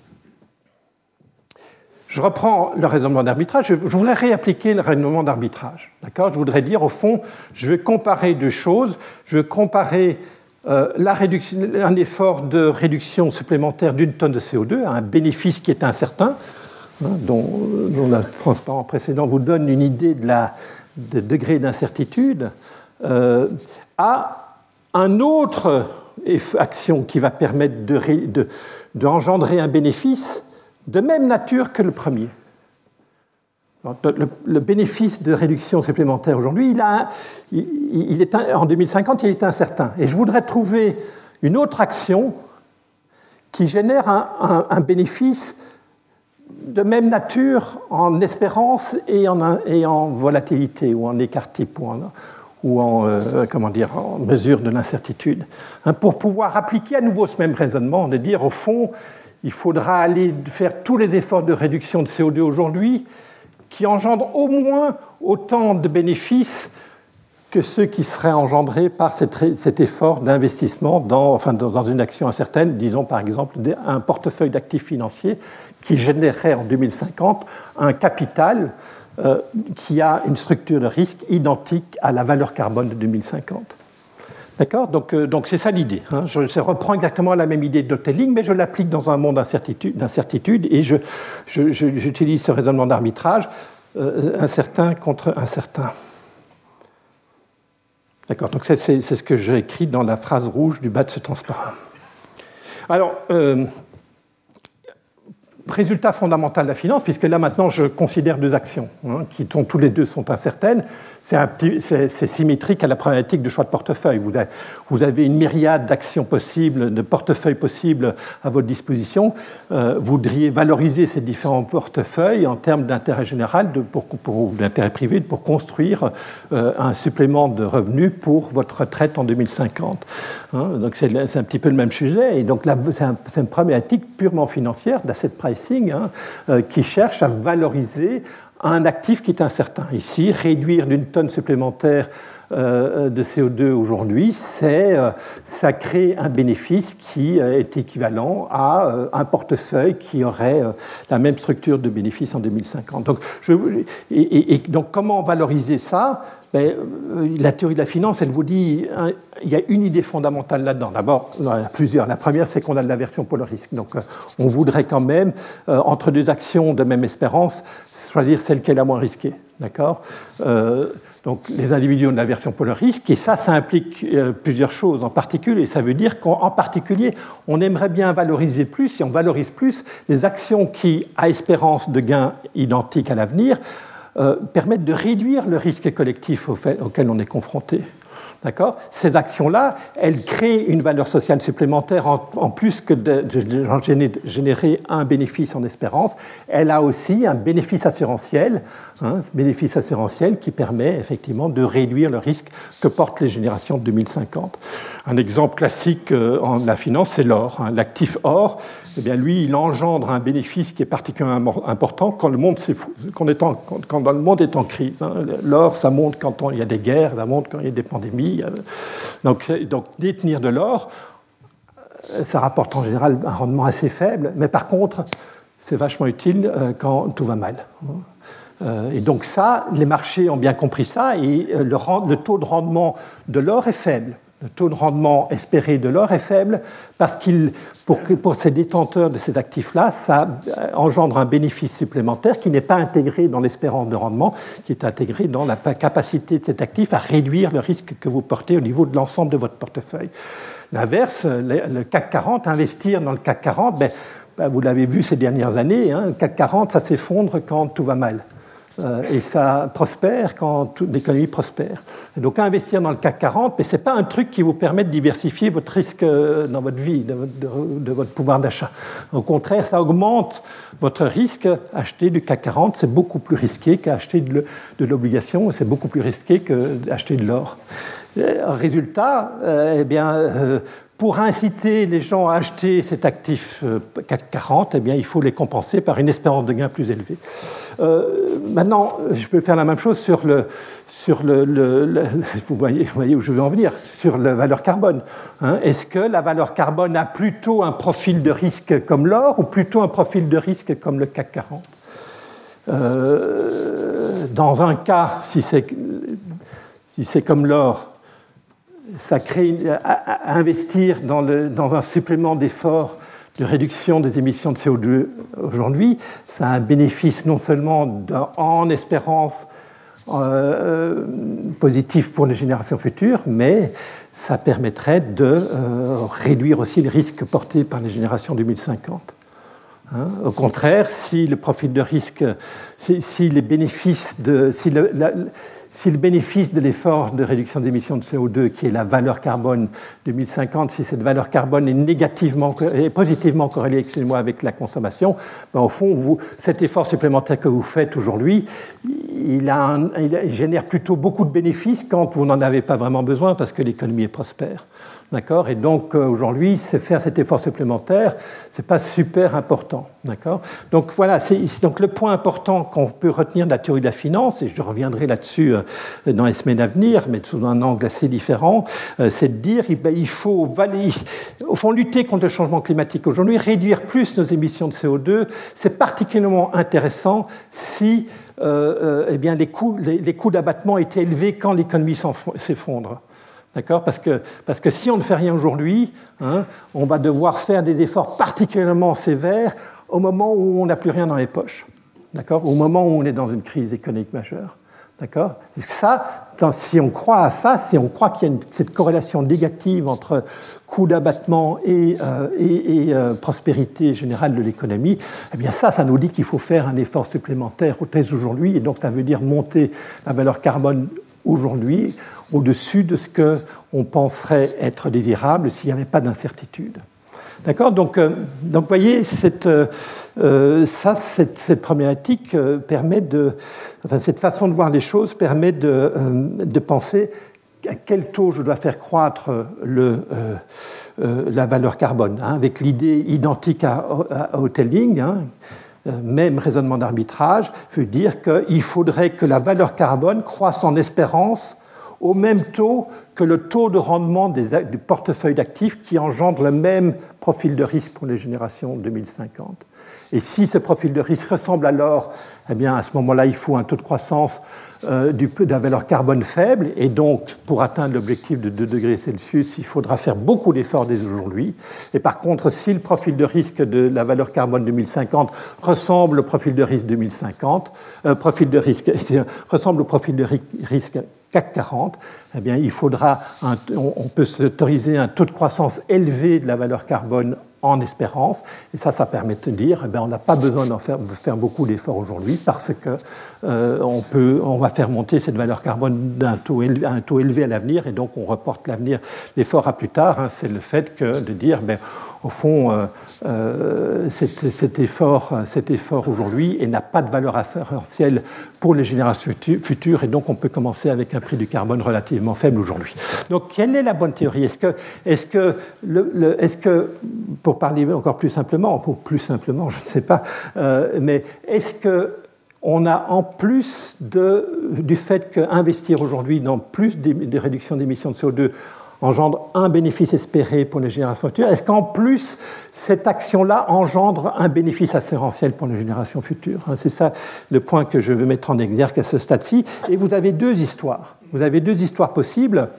je reprends le raisonnement d'arbitrage. Je, je voudrais réappliquer le raisonnement d'arbitrage. D'accord ? Je voudrais dire, au fond, je vais comparer deux choses. Je vais comparer Euh, la réduction, un effort de réduction supplémentaire d'une tonne de C O deux, un bénéfice qui est incertain, hein, dont, dont le transparent précédent vous donne une idée de la de degré d'incertitude, euh, à un autre action qui va permettre de, de, de engendrer un bénéfice de même nature que le premier. Le, le bénéfice de réduction supplémentaire aujourd'hui, il a, il, il est, en deux mille cinquante, il est incertain. Et je voudrais trouver une autre action qui génère un, un, un bénéfice de même nature en espérance et en, et en volatilité, ou en écart type, ou en, ou en, euh, comment dire, en mesure de l'incertitude. Hein, pour pouvoir appliquer à nouveau ce même raisonnement, de dire, au fond, il faudra aller faire tous les efforts de réduction de C O deux aujourd'hui, qui engendrent au moins autant de bénéfices que ceux qui seraient engendrés par cet, cet effort d'investissement dans, enfin, dans une action incertaine, disons par exemple un portefeuille d'actifs financiers qui générerait en deux mille cinquante un capital euh, qui a une structure de risque identique à la valeur carbone de deux mille cinquante. D'accord, donc, euh, donc c'est ça l'idée. Hein. Je, je reprends exactement la même idée d'Hotelling, mais je l'applique dans un monde d'incertitude, d'incertitude et je, je, je, j'utilise ce raisonnement d'arbitrage, euh, incertain contre incertain. D'accord, donc c'est, c'est, c'est ce que j'ai écrit dans la phrase rouge du bas de ce transparent. Alors, euh, résultat fondamental de la finance, puisque là maintenant je considère deux actions, hein, qui sont, tous les deux sont incertaines. C'est, un petit, c'est, c'est symétrique à la problématique de choix de portefeuille. Vous avez, vous avez une myriade d'actions possibles, de portefeuilles possibles à votre disposition. Euh, vous voudriez valoriser ces différents portefeuilles en termes d'intérêt général, de, pour, pour, d'intérêt privé, pour construire euh, un supplément de revenus pour votre retraite en deux mille cinquante. Hein, donc c'est, c'est un petit peu le même sujet. Et donc là, c'est, un, c'est une problématique purement financière d'asset pricing, hein, euh, qui cherche à valoriser un actif qui est incertain. Ici, réduire d'une tonne supplémentaire euh, de C O deux aujourd'hui, c'est, euh, ça crée un bénéfice qui euh, est équivalent à euh, un portefeuille qui aurait euh, la même structure de bénéfice en deux mille cinquante. Donc, je, et, et, et donc comment valoriser ça? Ben, la théorie de la finance, elle vous dit, hein, il y a une idée fondamentale là-dedans. D'abord, il y en a plusieurs. La première, c'est qu'on a de l'aversion pour le risque. Donc, euh, on voudrait quand même, euh, entre deux actions de même espérance, choisir celle qui est la moins risquée. D'accord ? euh, Donc, les individus ont de l'aversion pour le risque, et ça, ça implique euh, plusieurs choses en particulier. Ça veut dire qu'en particulier, on aimerait bien valoriser plus, si on valorise plus, les actions qui, à espérance de gains identiques à l'avenir, Euh, permettent de réduire le risque collectif au fait, auquel on est confronté. D'accord ? Ces actions-là, elles créent une valeur sociale supplémentaire en, en plus que de, de, de générer un bénéfice en espérance. Elle a aussi un bénéfice assurantiel, hein, bénéfice assurantiel qui permet effectivement de réduire le risque que portent les générations de deux mille cinquante. Un exemple classique euh, en la finance, c'est l'or. Hein. L'actif or, eh bien, lui, il engendre un bénéfice qui est particulièrement important quand le monde, quand est en, quand, quand le monde est en crise. Hein. L'or, ça monte quand on, il y a des guerres, ça monte quand il y a des pandémies. Donc, donc détenir de l'or, ça rapporte en général un rendement assez faible, mais par contre, c'est vachement utile quand tout va mal. Et donc ça, les marchés ont bien compris ça, et le, le taux de rendement de l'or est faible. Le taux de rendement espéré de l'or est faible parce qu'il, pour, pour ces détenteurs de ces actifs-là, ça engendre un bénéfice supplémentaire qui n'est pas intégré dans l'espérance de rendement, qui est intégré dans la capacité de cet actif à réduire le risque que vous portez au niveau de l'ensemble de votre portefeuille. L'inverse, le C A C quarante, investir dans le C A C quarante, ben, ben, vous l'avez vu ces dernières années, hein, le C A C quarante, ça s'effondre quand tout va mal. Euh, et ça prospère quand toute l'économie prospère. Et donc investir dans le C A C quarante, mais ce n'est pas un truc qui vous permet de diversifier votre risque dans votre vie, de votre, de, de votre pouvoir d'achat. Au contraire, ça augmente votre risque. Acheter du C A C quarante, c'est beaucoup plus risqué qu'acheter de, de l'obligation, c'est beaucoup plus risqué que d'acheter de l'or. Résultat, euh, eh bien, euh, pour inciter les gens à acheter cet actif euh, C A C quarante, eh bien, il faut les compenser par une espérance de gain plus élevée. Euh, maintenant, je peux faire la même chose sur le, sur le, le, le vous, voyez, vous voyez où je veux en venir, sur la valeur carbone. Hein, est-ce que la valeur carbone a plutôt un profil de risque comme l'or ou plutôt un profil de risque comme le C A C quarante ? euh, Dans un cas, si c'est, si c'est comme l'or, ça crée à, à investir dans, le, dans un supplément d'effort de réduction des émissions de C O deux aujourd'hui, ça a un bénéfice non seulement en espérance euh, positif pour les générations futures, mais ça permettrait de euh, réduire aussi les risques portés par les générations deux mille cinquante. Hein, au contraire, si le profil de risque, si, si les bénéfices de, si le, la, Si le bénéfice de l'effort de réduction des émissions de C O deux, qui est la valeur carbone deux mille cinquante, si cette valeur carbone est négativement, est positivement corrélée, excusez-moi, avec la consommation, ben au fond, vous, cet effort supplémentaire que vous faites aujourd'hui, il, a un, il génère plutôt beaucoup de bénéfices quand vous n'en avez pas vraiment besoin parce que l'économie est prospère. D'accord ? Et donc, aujourd'hui, faire cet effort supplémentaire, ce n'est pas super important. D'accord ? Donc, voilà, c'est donc le point important qu'on peut retenir de la théorie de la finance, et je reviendrai là-dessus dans les semaines à venir, mais sous un angle assez différent, c'est de dire qu'il faut, au fond, lutter contre le changement climatique aujourd'hui, réduire plus nos émissions de C O deux. C'est particulièrement intéressant si euh, euh, eh bien, les coûts, les, les coûts d'abattement étaient élevés quand l'économie s'effondre. D'accord ? Parce que, parce que si on ne fait rien aujourd'hui, hein, on va devoir faire des efforts particulièrement sévères au moment où on n'a plus rien dans les poches. D'accord ? Au moment où on est dans une crise économique majeure. D'accord ? Ça, si on croit à ça, si on croit qu'il y a une, cette corrélation négative entre coût d'abattement et, euh, et, et euh, prospérité générale de l'économie, eh bien ça, ça nous dit qu'il faut faire un effort supplémentaire dès aujourd'hui, et donc ça veut dire monter la valeur carbone aujourd'hui au-dessus de ce qu'on penserait être désirable s'il n'y avait pas d'incertitude. D'accord ? Donc, euh, donc, vous voyez, cette, euh, ça, cette, cette problématique euh, permet de, enfin, cette façon de voir les choses permet de, euh, de penser à quel taux je dois faire croître le, euh, euh, la valeur carbone, hein, avec l'idée identique à, à Hotelling, hein, même raisonnement d'arbitrage, veut dire qu'il faudrait que la valeur carbone croisse en espérance au même taux que le taux de rendement des, du portefeuille d'actifs qui engendre le même profil de risque pour les générations deux mille cinquante. Et si ce profil de risque ressemble alors, eh bien à ce moment-là, il faut un taux de croissance euh, du, de la valeur carbone faible, et donc pour atteindre l'objectif de deux degrés Celsius, il faudra faire beaucoup d'efforts dès aujourd'hui. Et par contre, si le profil de risque de la valeur carbone deux mille cinquante ressemble au profil de risque deux mille cinquante, euh, profil de risque ressemble au profil de risque C A C quarante, eh bien, il faudra un, on peut s'autoriser un taux de croissance élevé de la valeur carbone en espérance, et ça, ça permet de dire, eh bien, on n'a pas besoin d'en faire, faire beaucoup d'efforts aujourd'hui parce que euh, on peut, on va faire monter cette valeur carbone d'un taux élevé, à un taux élevé à l'avenir, et donc on reporte l'avenir, l'effort à plus tard. Hein, c'est le fait que de dire, ben, au fond, euh, euh, cet, cet effort, cet effort aujourd'hui et n'a pas de valeur assurantielle pour les générations futures, et donc on peut commencer avec un prix du carbone relativement faible aujourd'hui. Donc, quelle est la bonne théorie ? Est-ce que, est-ce que, le, le, est-ce que, pour parler encore plus simplement, ou plus simplement, je ne sais pas, euh, mais est-ce que on a, en plus de, du fait qu'investir aujourd'hui dans plus des, des réductions d'émissions de C O deux engendre un bénéfice espéré pour les générations futures, est-ce qu'en plus, cette action-là engendre un bénéfice assurantiel pour les générations futures ? C'est ça le point que je veux mettre en exergue à ce stade-ci. Et vous avez deux histoires. Vous avez deux histoires possibles.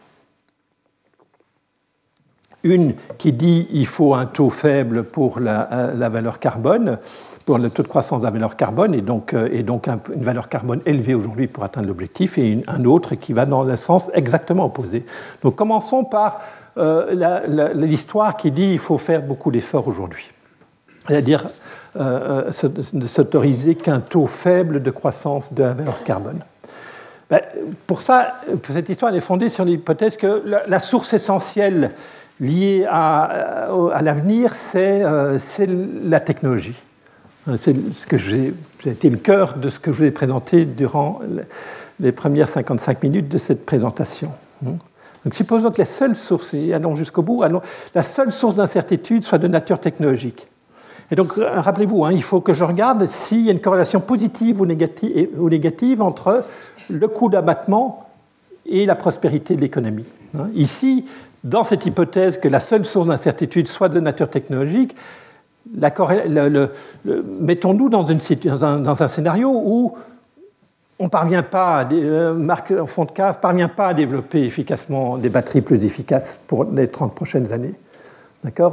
Une qui dit qu'il faut un taux faible pour la, la valeur carbone, pour le taux de croissance de la valeur carbone, et donc, et donc un, une valeur carbone élevée aujourd'hui pour atteindre l'objectif, et une, un autre qui va dans le sens exactement opposé. Donc commençons par euh, la, la, l'histoire qui dit qu'il faut faire beaucoup d'efforts aujourd'hui. C'est-à-dire euh, ne s'autoriser qu'un taux faible de croissance de la valeur carbone. Ben, pour ça, pour cette histoire, elle est fondée sur l'hypothèse que la, la source essentielle liée à, à l'avenir, c'est, euh, c'est la technologie. C'est ce que j'ai, ça a été le cœur de ce que je vous ai présenté durant les premières cinquante-cinq minutes de cette présentation. Donc, supposons que la seule source, et allons jusqu'au bout, allons, la seule source d'incertitude soit de nature technologique. Et donc, rappelez-vous, hein, il faut que je regarde s'il y a une corrélation positive ou négative, ou négative entre le coût d'abattement et la prospérité de l'économie. Ici, dans cette hypothèse que la seule source d'incertitude soit de nature technologique, la, le, le, le, mettons-nous dans, une, dans, un, dans un scénario où on ne parvient pas, à, euh, Marc en fond de cave, parvient pas à développer efficacement des batteries plus efficaces pour les trente prochaines années. D'accord ?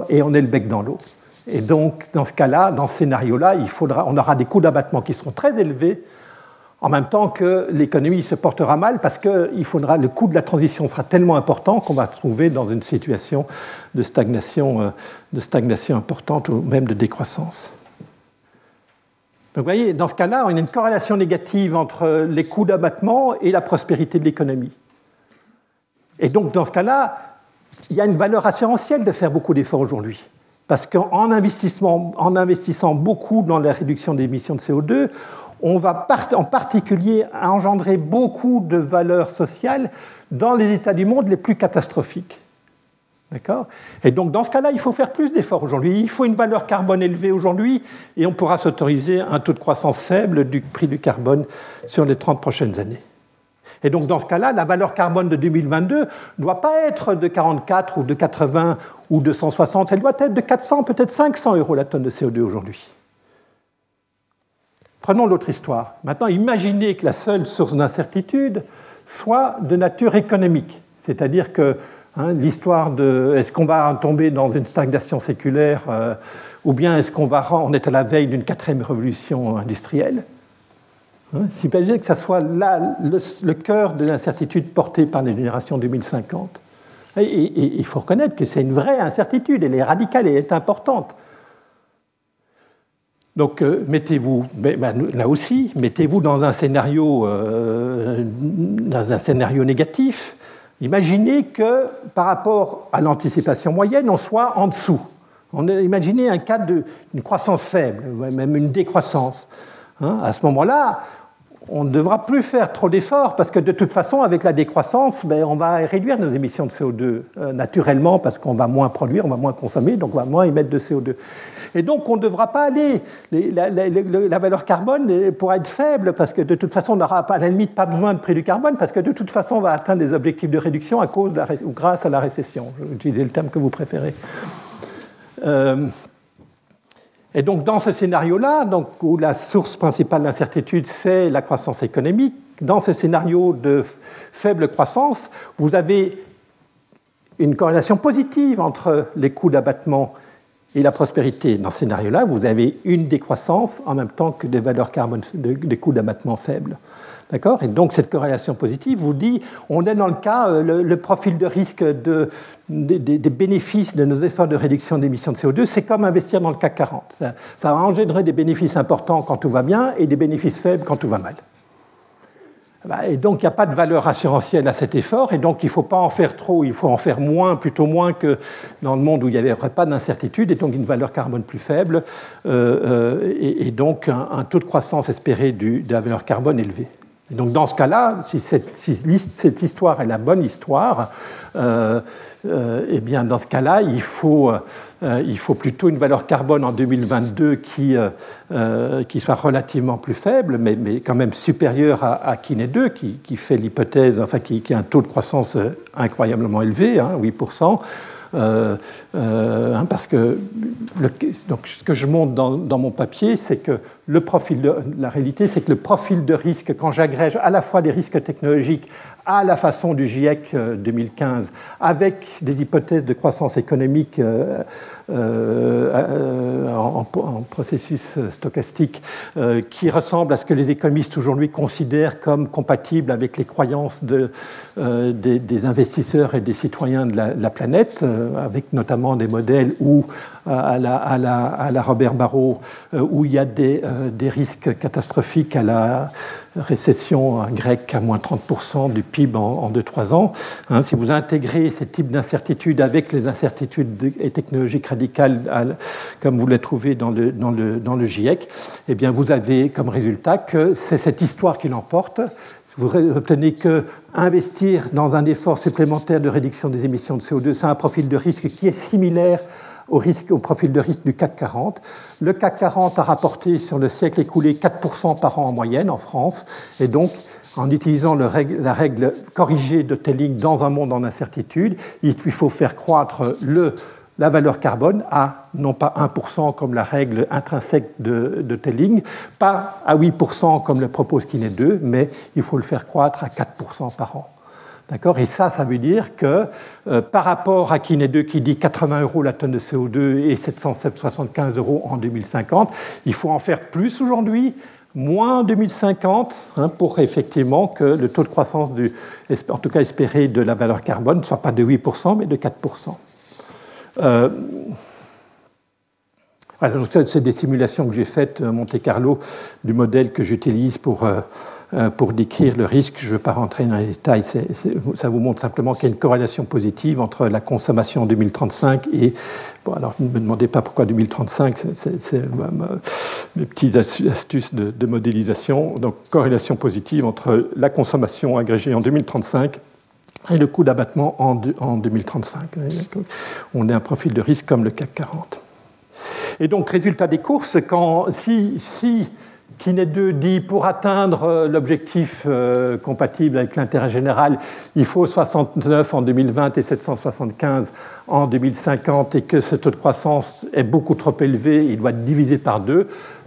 Et on est le bec dans l'eau. Et donc, dans ce cas-là, dans ce scénario-là, il faudra, on aura des coûts d'abattement qui seront très élevés, en même temps que l'économie se portera mal, parce que il faudra, le coût de la transition sera tellement important qu'on va se trouver dans une situation de stagnation, de stagnation importante ou même de décroissance. Donc vous voyez, dans ce cas-là, on a une corrélation négative entre les coûts d'abattement et la prospérité de l'économie. Et donc dans ce cas-là, il y a une valeur assurantielle de faire beaucoup d'efforts aujourd'hui. Parce qu'en investissement, en investissant beaucoup dans la réduction des émissions de C O deux, on va en particulier engendrer beaucoup de valeurs sociales dans les États du monde les plus catastrophiques. D'accord ? Et donc, dans ce cas-là, il faut faire plus d'efforts aujourd'hui. Il faut une valeur carbone élevée aujourd'hui, et on pourra s'autoriser un taux de croissance faible du prix du carbone sur les trente prochaines années. Et donc, dans ce cas-là, la valeur carbone de deux mille vingt-deux ne doit pas être de quarante-quatre ou de quatre-vingts ou de cent soixante, elle doit être de quatre cents, peut-être cinq cents euros la tonne de C O deux aujourd'hui. Prenons l'autre histoire. Maintenant, imaginez que la seule source d'incertitude soit de nature économique. C'est-à-dire que hein, l'histoire de est-ce qu'on va tomber dans une stagnation séculaire euh, ou bien est-ce qu'on va on est à la veille d'une quatrième révolution industrielle. Hein, imaginez que ça soit là le, le cœur de l'incertitude portée par les générations deux mille cinquante. Et, et, et il faut reconnaître que c'est une vraie incertitude, elle est radicale, elle est importante. Donc, euh, mettez-vous, ben, là aussi, mettez-vous dans un scénario, euh, dans un scénario négatif. Imaginez que, par rapport à l'anticipation moyenne, on soit en dessous. On a, imaginez un cas d'une croissance faible, même une décroissance. Hein, à ce moment-là, on ne devra plus faire trop d'efforts parce que de toute façon, avec la décroissance, ben, on va réduire nos émissions de C O deux euh, naturellement parce qu'on va moins produire, on va moins consommer, donc on va moins émettre de C O deux. Et donc, on ne devra pas aller. Les, la, la, la valeur carbone pourra être faible parce que de toute façon, on n'aura à la limite pas besoin de prix du carbone parce que de toute façon, on va atteindre des objectifs de réduction à cause de la, ou grâce à la récession. Je vais utiliser le terme que vous préférez. Euh, Et donc, dans ce scénario-là, donc, où la source principale d'incertitude, c'est la croissance économique, dans ce scénario de faible croissance, vous avez une corrélation positive entre les coûts d'abattement et la prospérité. Dans ce scénario-là, vous avez une décroissance en même temps que des valeurs carbone, des coûts d'abattement faibles. D'accord ? Et donc, cette corrélation positive vous dit, on est dans le cas, le, le profil de risque de, des, des bénéfices de nos efforts de réduction d'émissions de C O deux, c'est comme investir dans le C A C quarante. Ça, ça va engendrer des bénéfices importants quand tout va bien et des bénéfices faibles quand tout va mal. Et donc, il n'y a pas de valeur assurantielle à cet effort, et donc il ne faut pas en faire trop, il faut en faire moins, plutôt moins que dans le monde où il n'y avait pas d'incertitude, et donc une valeur carbone plus faible, euh, euh, et, et donc un, un taux de croissance espéré du, de la valeur carbone élevé. Et donc, dans ce cas-là, si cette, si cette histoire est la bonne histoire, euh, euh, eh bien, dans ce cas-là, il faut, euh, il faut plutôt une valeur carbone en deux mille vingt-deux qui, euh, qui soit relativement plus faible, mais, mais quand même supérieure à, à Kiné deux, qui, qui fait l'hypothèse, enfin, qui, qui a un taux de croissance incroyablement élevé, hein, huit pour cent. Euh, euh, hein, parce que le, donc, ce que je montre dans, dans mon papier, c'est que le profil de, la réalité, c'est que le profil de risque, quand j'agrège à la fois des risques technologiques à la façon du GIEC deux mille quinze, avec des hypothèses de croissance économique euh, euh, en, en processus stochastique euh, qui ressemblent à ce que les économistes aujourd'hui considèrent comme compatibles avec les croyances de, euh, des, des investisseurs et des citoyens de la, de la planète, euh, avec notamment des modèles où, à la, à la, à la Robert Barrault, euh, où il y a des, euh, des risques catastrophiques à la récession grecque à moins trente pour cent du P I B en deux à trois ans. Hein, si vous intégrez ces types d'incertitudes avec les incertitudes technologiques radicales, à, comme vous les trouvez dans le, dans le, dans le GIEC, eh bien vous avez comme résultat que c'est cette histoire qui l'emporte. Vous obtenez que investir dans un effort supplémentaire de réduction des émissions de C O deux, c'est un profil de risque qui est similaire au, risque, au profil de risque du C A C quarante. Le C A C quarante a rapporté sur le siècle écoulé quatre pour cent par an en moyenne en France, et donc en utilisant le règle, la règle corrigée de Telling dans un monde en incertitude, il faut faire croître le, la valeur carbone à non pas un pour cent comme la règle intrinsèque de, de Telling, pas à huit pour cent comme le propose Kiné deux, mais il faut le faire croître à quatre pour cent par an. D'accord ? Et ça, ça veut dire que euh, par rapport à Kiné deux qui dit quatre-vingts euros la tonne de C O deux et sept cent soixante-quinze euros en deux mille cinquante, il faut en faire plus aujourd'hui, moins en deux mille cinquante, hein, pour effectivement que le taux de croissance, du, en tout cas espéré, de la valeur carbone ne soit pas de huit pour cent, mais de quatre pour cent. Euh, alors, c'est des simulations que j'ai faites à Monte-Carlo du modèle que j'utilise pour... Euh, pour décrire le risque. Je ne veux pas rentrer dans les détails, c'est, c'est, ça vous montre simplement qu'il y a une corrélation positive entre la consommation en deux mille trente-cinq et... Bon, alors ne me demandez pas pourquoi deux mille trente-cinq, c'est, c'est, c'est ma, ma, mes petites astuces de, de modélisation. Donc, corrélation positive entre la consommation agrégée en deux mille trente-cinq et le coût d'abattement en, de, en deux mille trente-cinq. On a un profil de risque comme le C A C quarante. Et donc, résultat des courses, quand, si... si Kiné deux dit pour atteindre l'objectif euh, compatible avec l'intérêt général, il faut soixante-neuf en deux mille vingt et sept cent soixante-quinze en deux mille cinquante et que ce taux de croissance est beaucoup trop élevé, il doit être divisé par deux.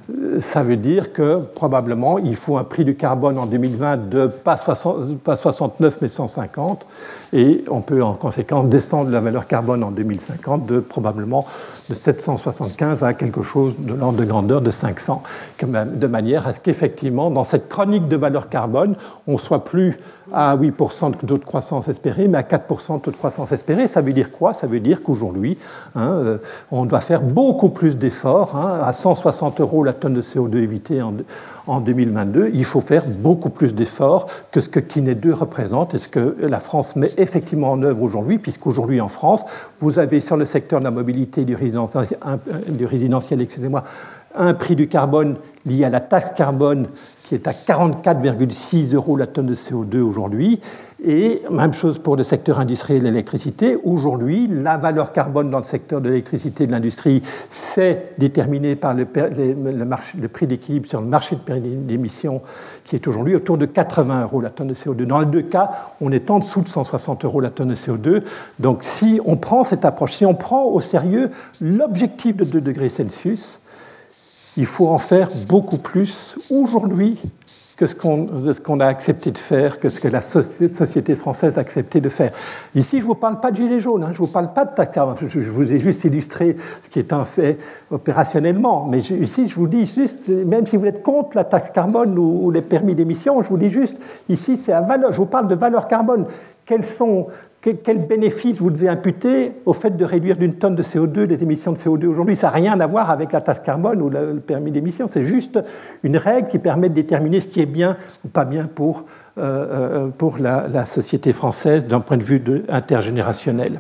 ça veut dire que probablement il faut un prix du carbone en deux mille vingt de pas, soixante, pas soixante-neuf mais cent cinquante, et on peut en conséquence descendre la valeur carbone en deux mille cinquante de probablement de sept cent soixante-quinze à quelque chose de l'ordre de grandeur de cinq cents, de manière à ce qu'effectivement dans cette chronique de valeur carbone on ne soit plus à huit pour cent de taux de croissance espéré, mais à quatre pour cent de taux de croissance espéré. Ça veut dire quoi? Ça veut dire qu'aujourd'hui, hein, euh, on doit faire beaucoup plus d'efforts. Hein, à cent soixante euros la tonne de C O deux évitée en, en deux mille vingt-deux, il faut faire beaucoup plus d'efforts que ce que Kiné deux représente et ce que la France met effectivement en œuvre aujourd'hui, puisqu'aujourd'hui en France, vous avez sur le secteur de la mobilité du résidentiel, du résidentiel excusez-moi, un prix du carbone lié à la taxe carbone qui est à quarante-quatre virgule six euros la tonne de C O deux aujourd'hui. Et même chose pour le secteur industriel et l'électricité. Aujourd'hui, la valeur carbone dans le secteur de l'électricité et de l'industrie, c'est déterminé par le, le, marché, le prix d'équilibre sur le marché d'émissions qui est aujourd'hui autour de quatre-vingts euros la tonne de C O deux. Dans les deux cas, on est en dessous de cent soixante euros la tonne de C O deux. Donc si on prend cette approche, si on prend au sérieux l'objectif de deux degrés Celsius, il faut en faire beaucoup plus aujourd'hui que ce qu'on, ce qu'on a accepté de faire, que ce que la société française a accepté de faire. Ici, je ne vous parle pas de gilets jaunes, hein, je ne vous parle pas de taxe carbone, je vous ai juste illustré ce qui est un fait opérationnellement, mais je, ici, je vous dis juste, même si vous êtes contre la taxe carbone ou, ou les permis d'émission, je vous dis juste, ici, c'est à valeur, je vous parle de valeur carbone. Quels sont... Quel bénéfice vous devez imputer au fait de réduire d'une tonne de C O deux les émissions de C O deux aujourd'hui? Ça n'a rien à voir avec la taxe carbone ou le permis d'émission. C'est juste une règle qui permet de déterminer ce qui est bien ou pas bien pour, euh, pour la, la société française d'un point de vue de, intergénérationnel.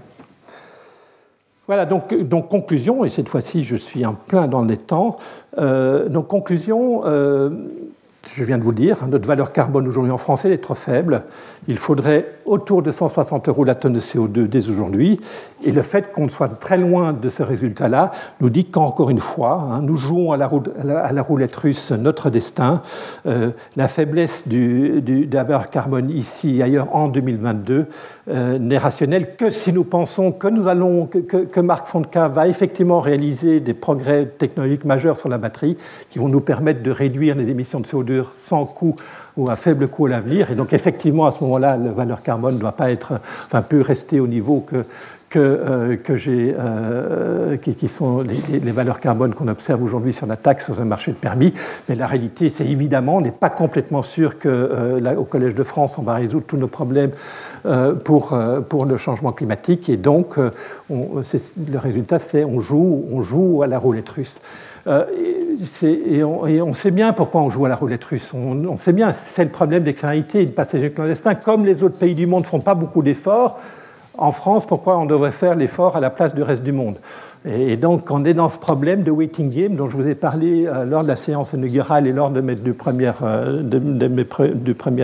Voilà, donc, donc conclusion, et cette fois-ci je suis en plein dans les temps. Euh, donc conclusion... Euh, Je viens de vous le dire, notre valeur carbone aujourd'hui en France est trop faible. Il faudrait autour de cent soixante euros la tonne de C O deux dès aujourd'hui. Et le fait qu'on soit très loin de ce résultat-là nous dit qu'encore une fois, hein, nous jouons à la, roue, à la roulette russe notre destin. Euh, la faiblesse du, du, de la valeur carbone ici et ailleurs en deux mille vingt-deux euh, n'est rationnelle que si nous pensons que, nous allons, que, que, que Marc Fontka va effectivement réaliser des progrès technologiques majeurs sur la batterie qui vont nous permettre de réduire les émissions de C O deux sans coût ou à faible coût à l'avenir. Et donc, effectivement, à ce moment-là, la valeur carbone ne doit pas être, enfin, peut rester au niveau que, que, euh, que j'ai, euh, qui, qui sont les, les valeurs carbone qu'on observe aujourd'hui sur la taxe sur un marché de permis. Mais la réalité, c'est évidemment, on n'est pas complètement sûr qu'au euh, Collège de France, on va résoudre tous nos problèmes euh, pour, euh, pour le changement climatique. Et donc, euh, on, c'est, le résultat, c'est on joue, on joue à la roulette russe. Euh, et, on, et on sait bien pourquoi on joue à la roulette russe. On, on sait bien, c'est le problème d'externalité et de passagers clandestins. Comme les autres pays du monde ne font pas beaucoup d'efforts, en France, pourquoi on devrait faire l'effort à la place du reste du monde? Et donc, on est dans ce problème de waiting game dont je vous ai parlé euh, lors de la séance inaugurale et lors de mes deux premiers, euh, de, de mes pre, deux premiers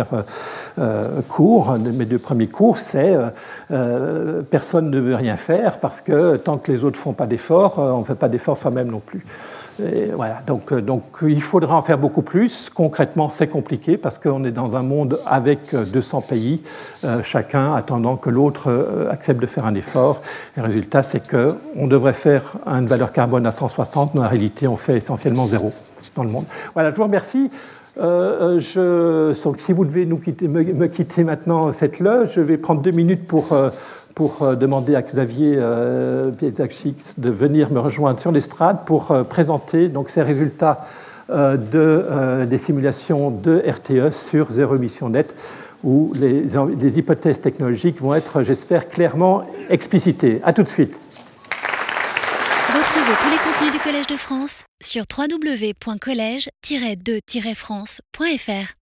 euh, cours, de mes deux premiers cours, c'est euh, euh, personne ne veut rien faire parce que tant que les autres ne font pas d'efforts, euh, on ne fait pas d'efforts soi-même non plus. Et voilà, donc, donc il faudra en faire beaucoup plus. Concrètement, c'est compliqué parce qu'on est dans un monde avec deux cents pays, euh, chacun attendant que l'autre euh, accepte de faire un effort. Et le résultat, c'est qu'on devrait faire une valeur carbone à cent soixante, mais en réalité, on fait essentiellement zéro dans le monde. Voilà, je vous remercie. Euh, je, donc, si vous devez nous quitter, me, me quitter maintenant, faites-le. Je vais prendre deux minutes pour... Euh, pour demander à Xavier euh, Pietraszczyk de venir me rejoindre sur l'estrade pour euh, présenter donc, ces résultats euh, de, euh, des simulations de R T E sur zéro émission nette, où les, les hypothèses technologiques vont être, j'espère, clairement explicitées. À tout de suite. Retrouvez tous les contenus du Collège de France sur w w w point collège tiret de tiret france point f r.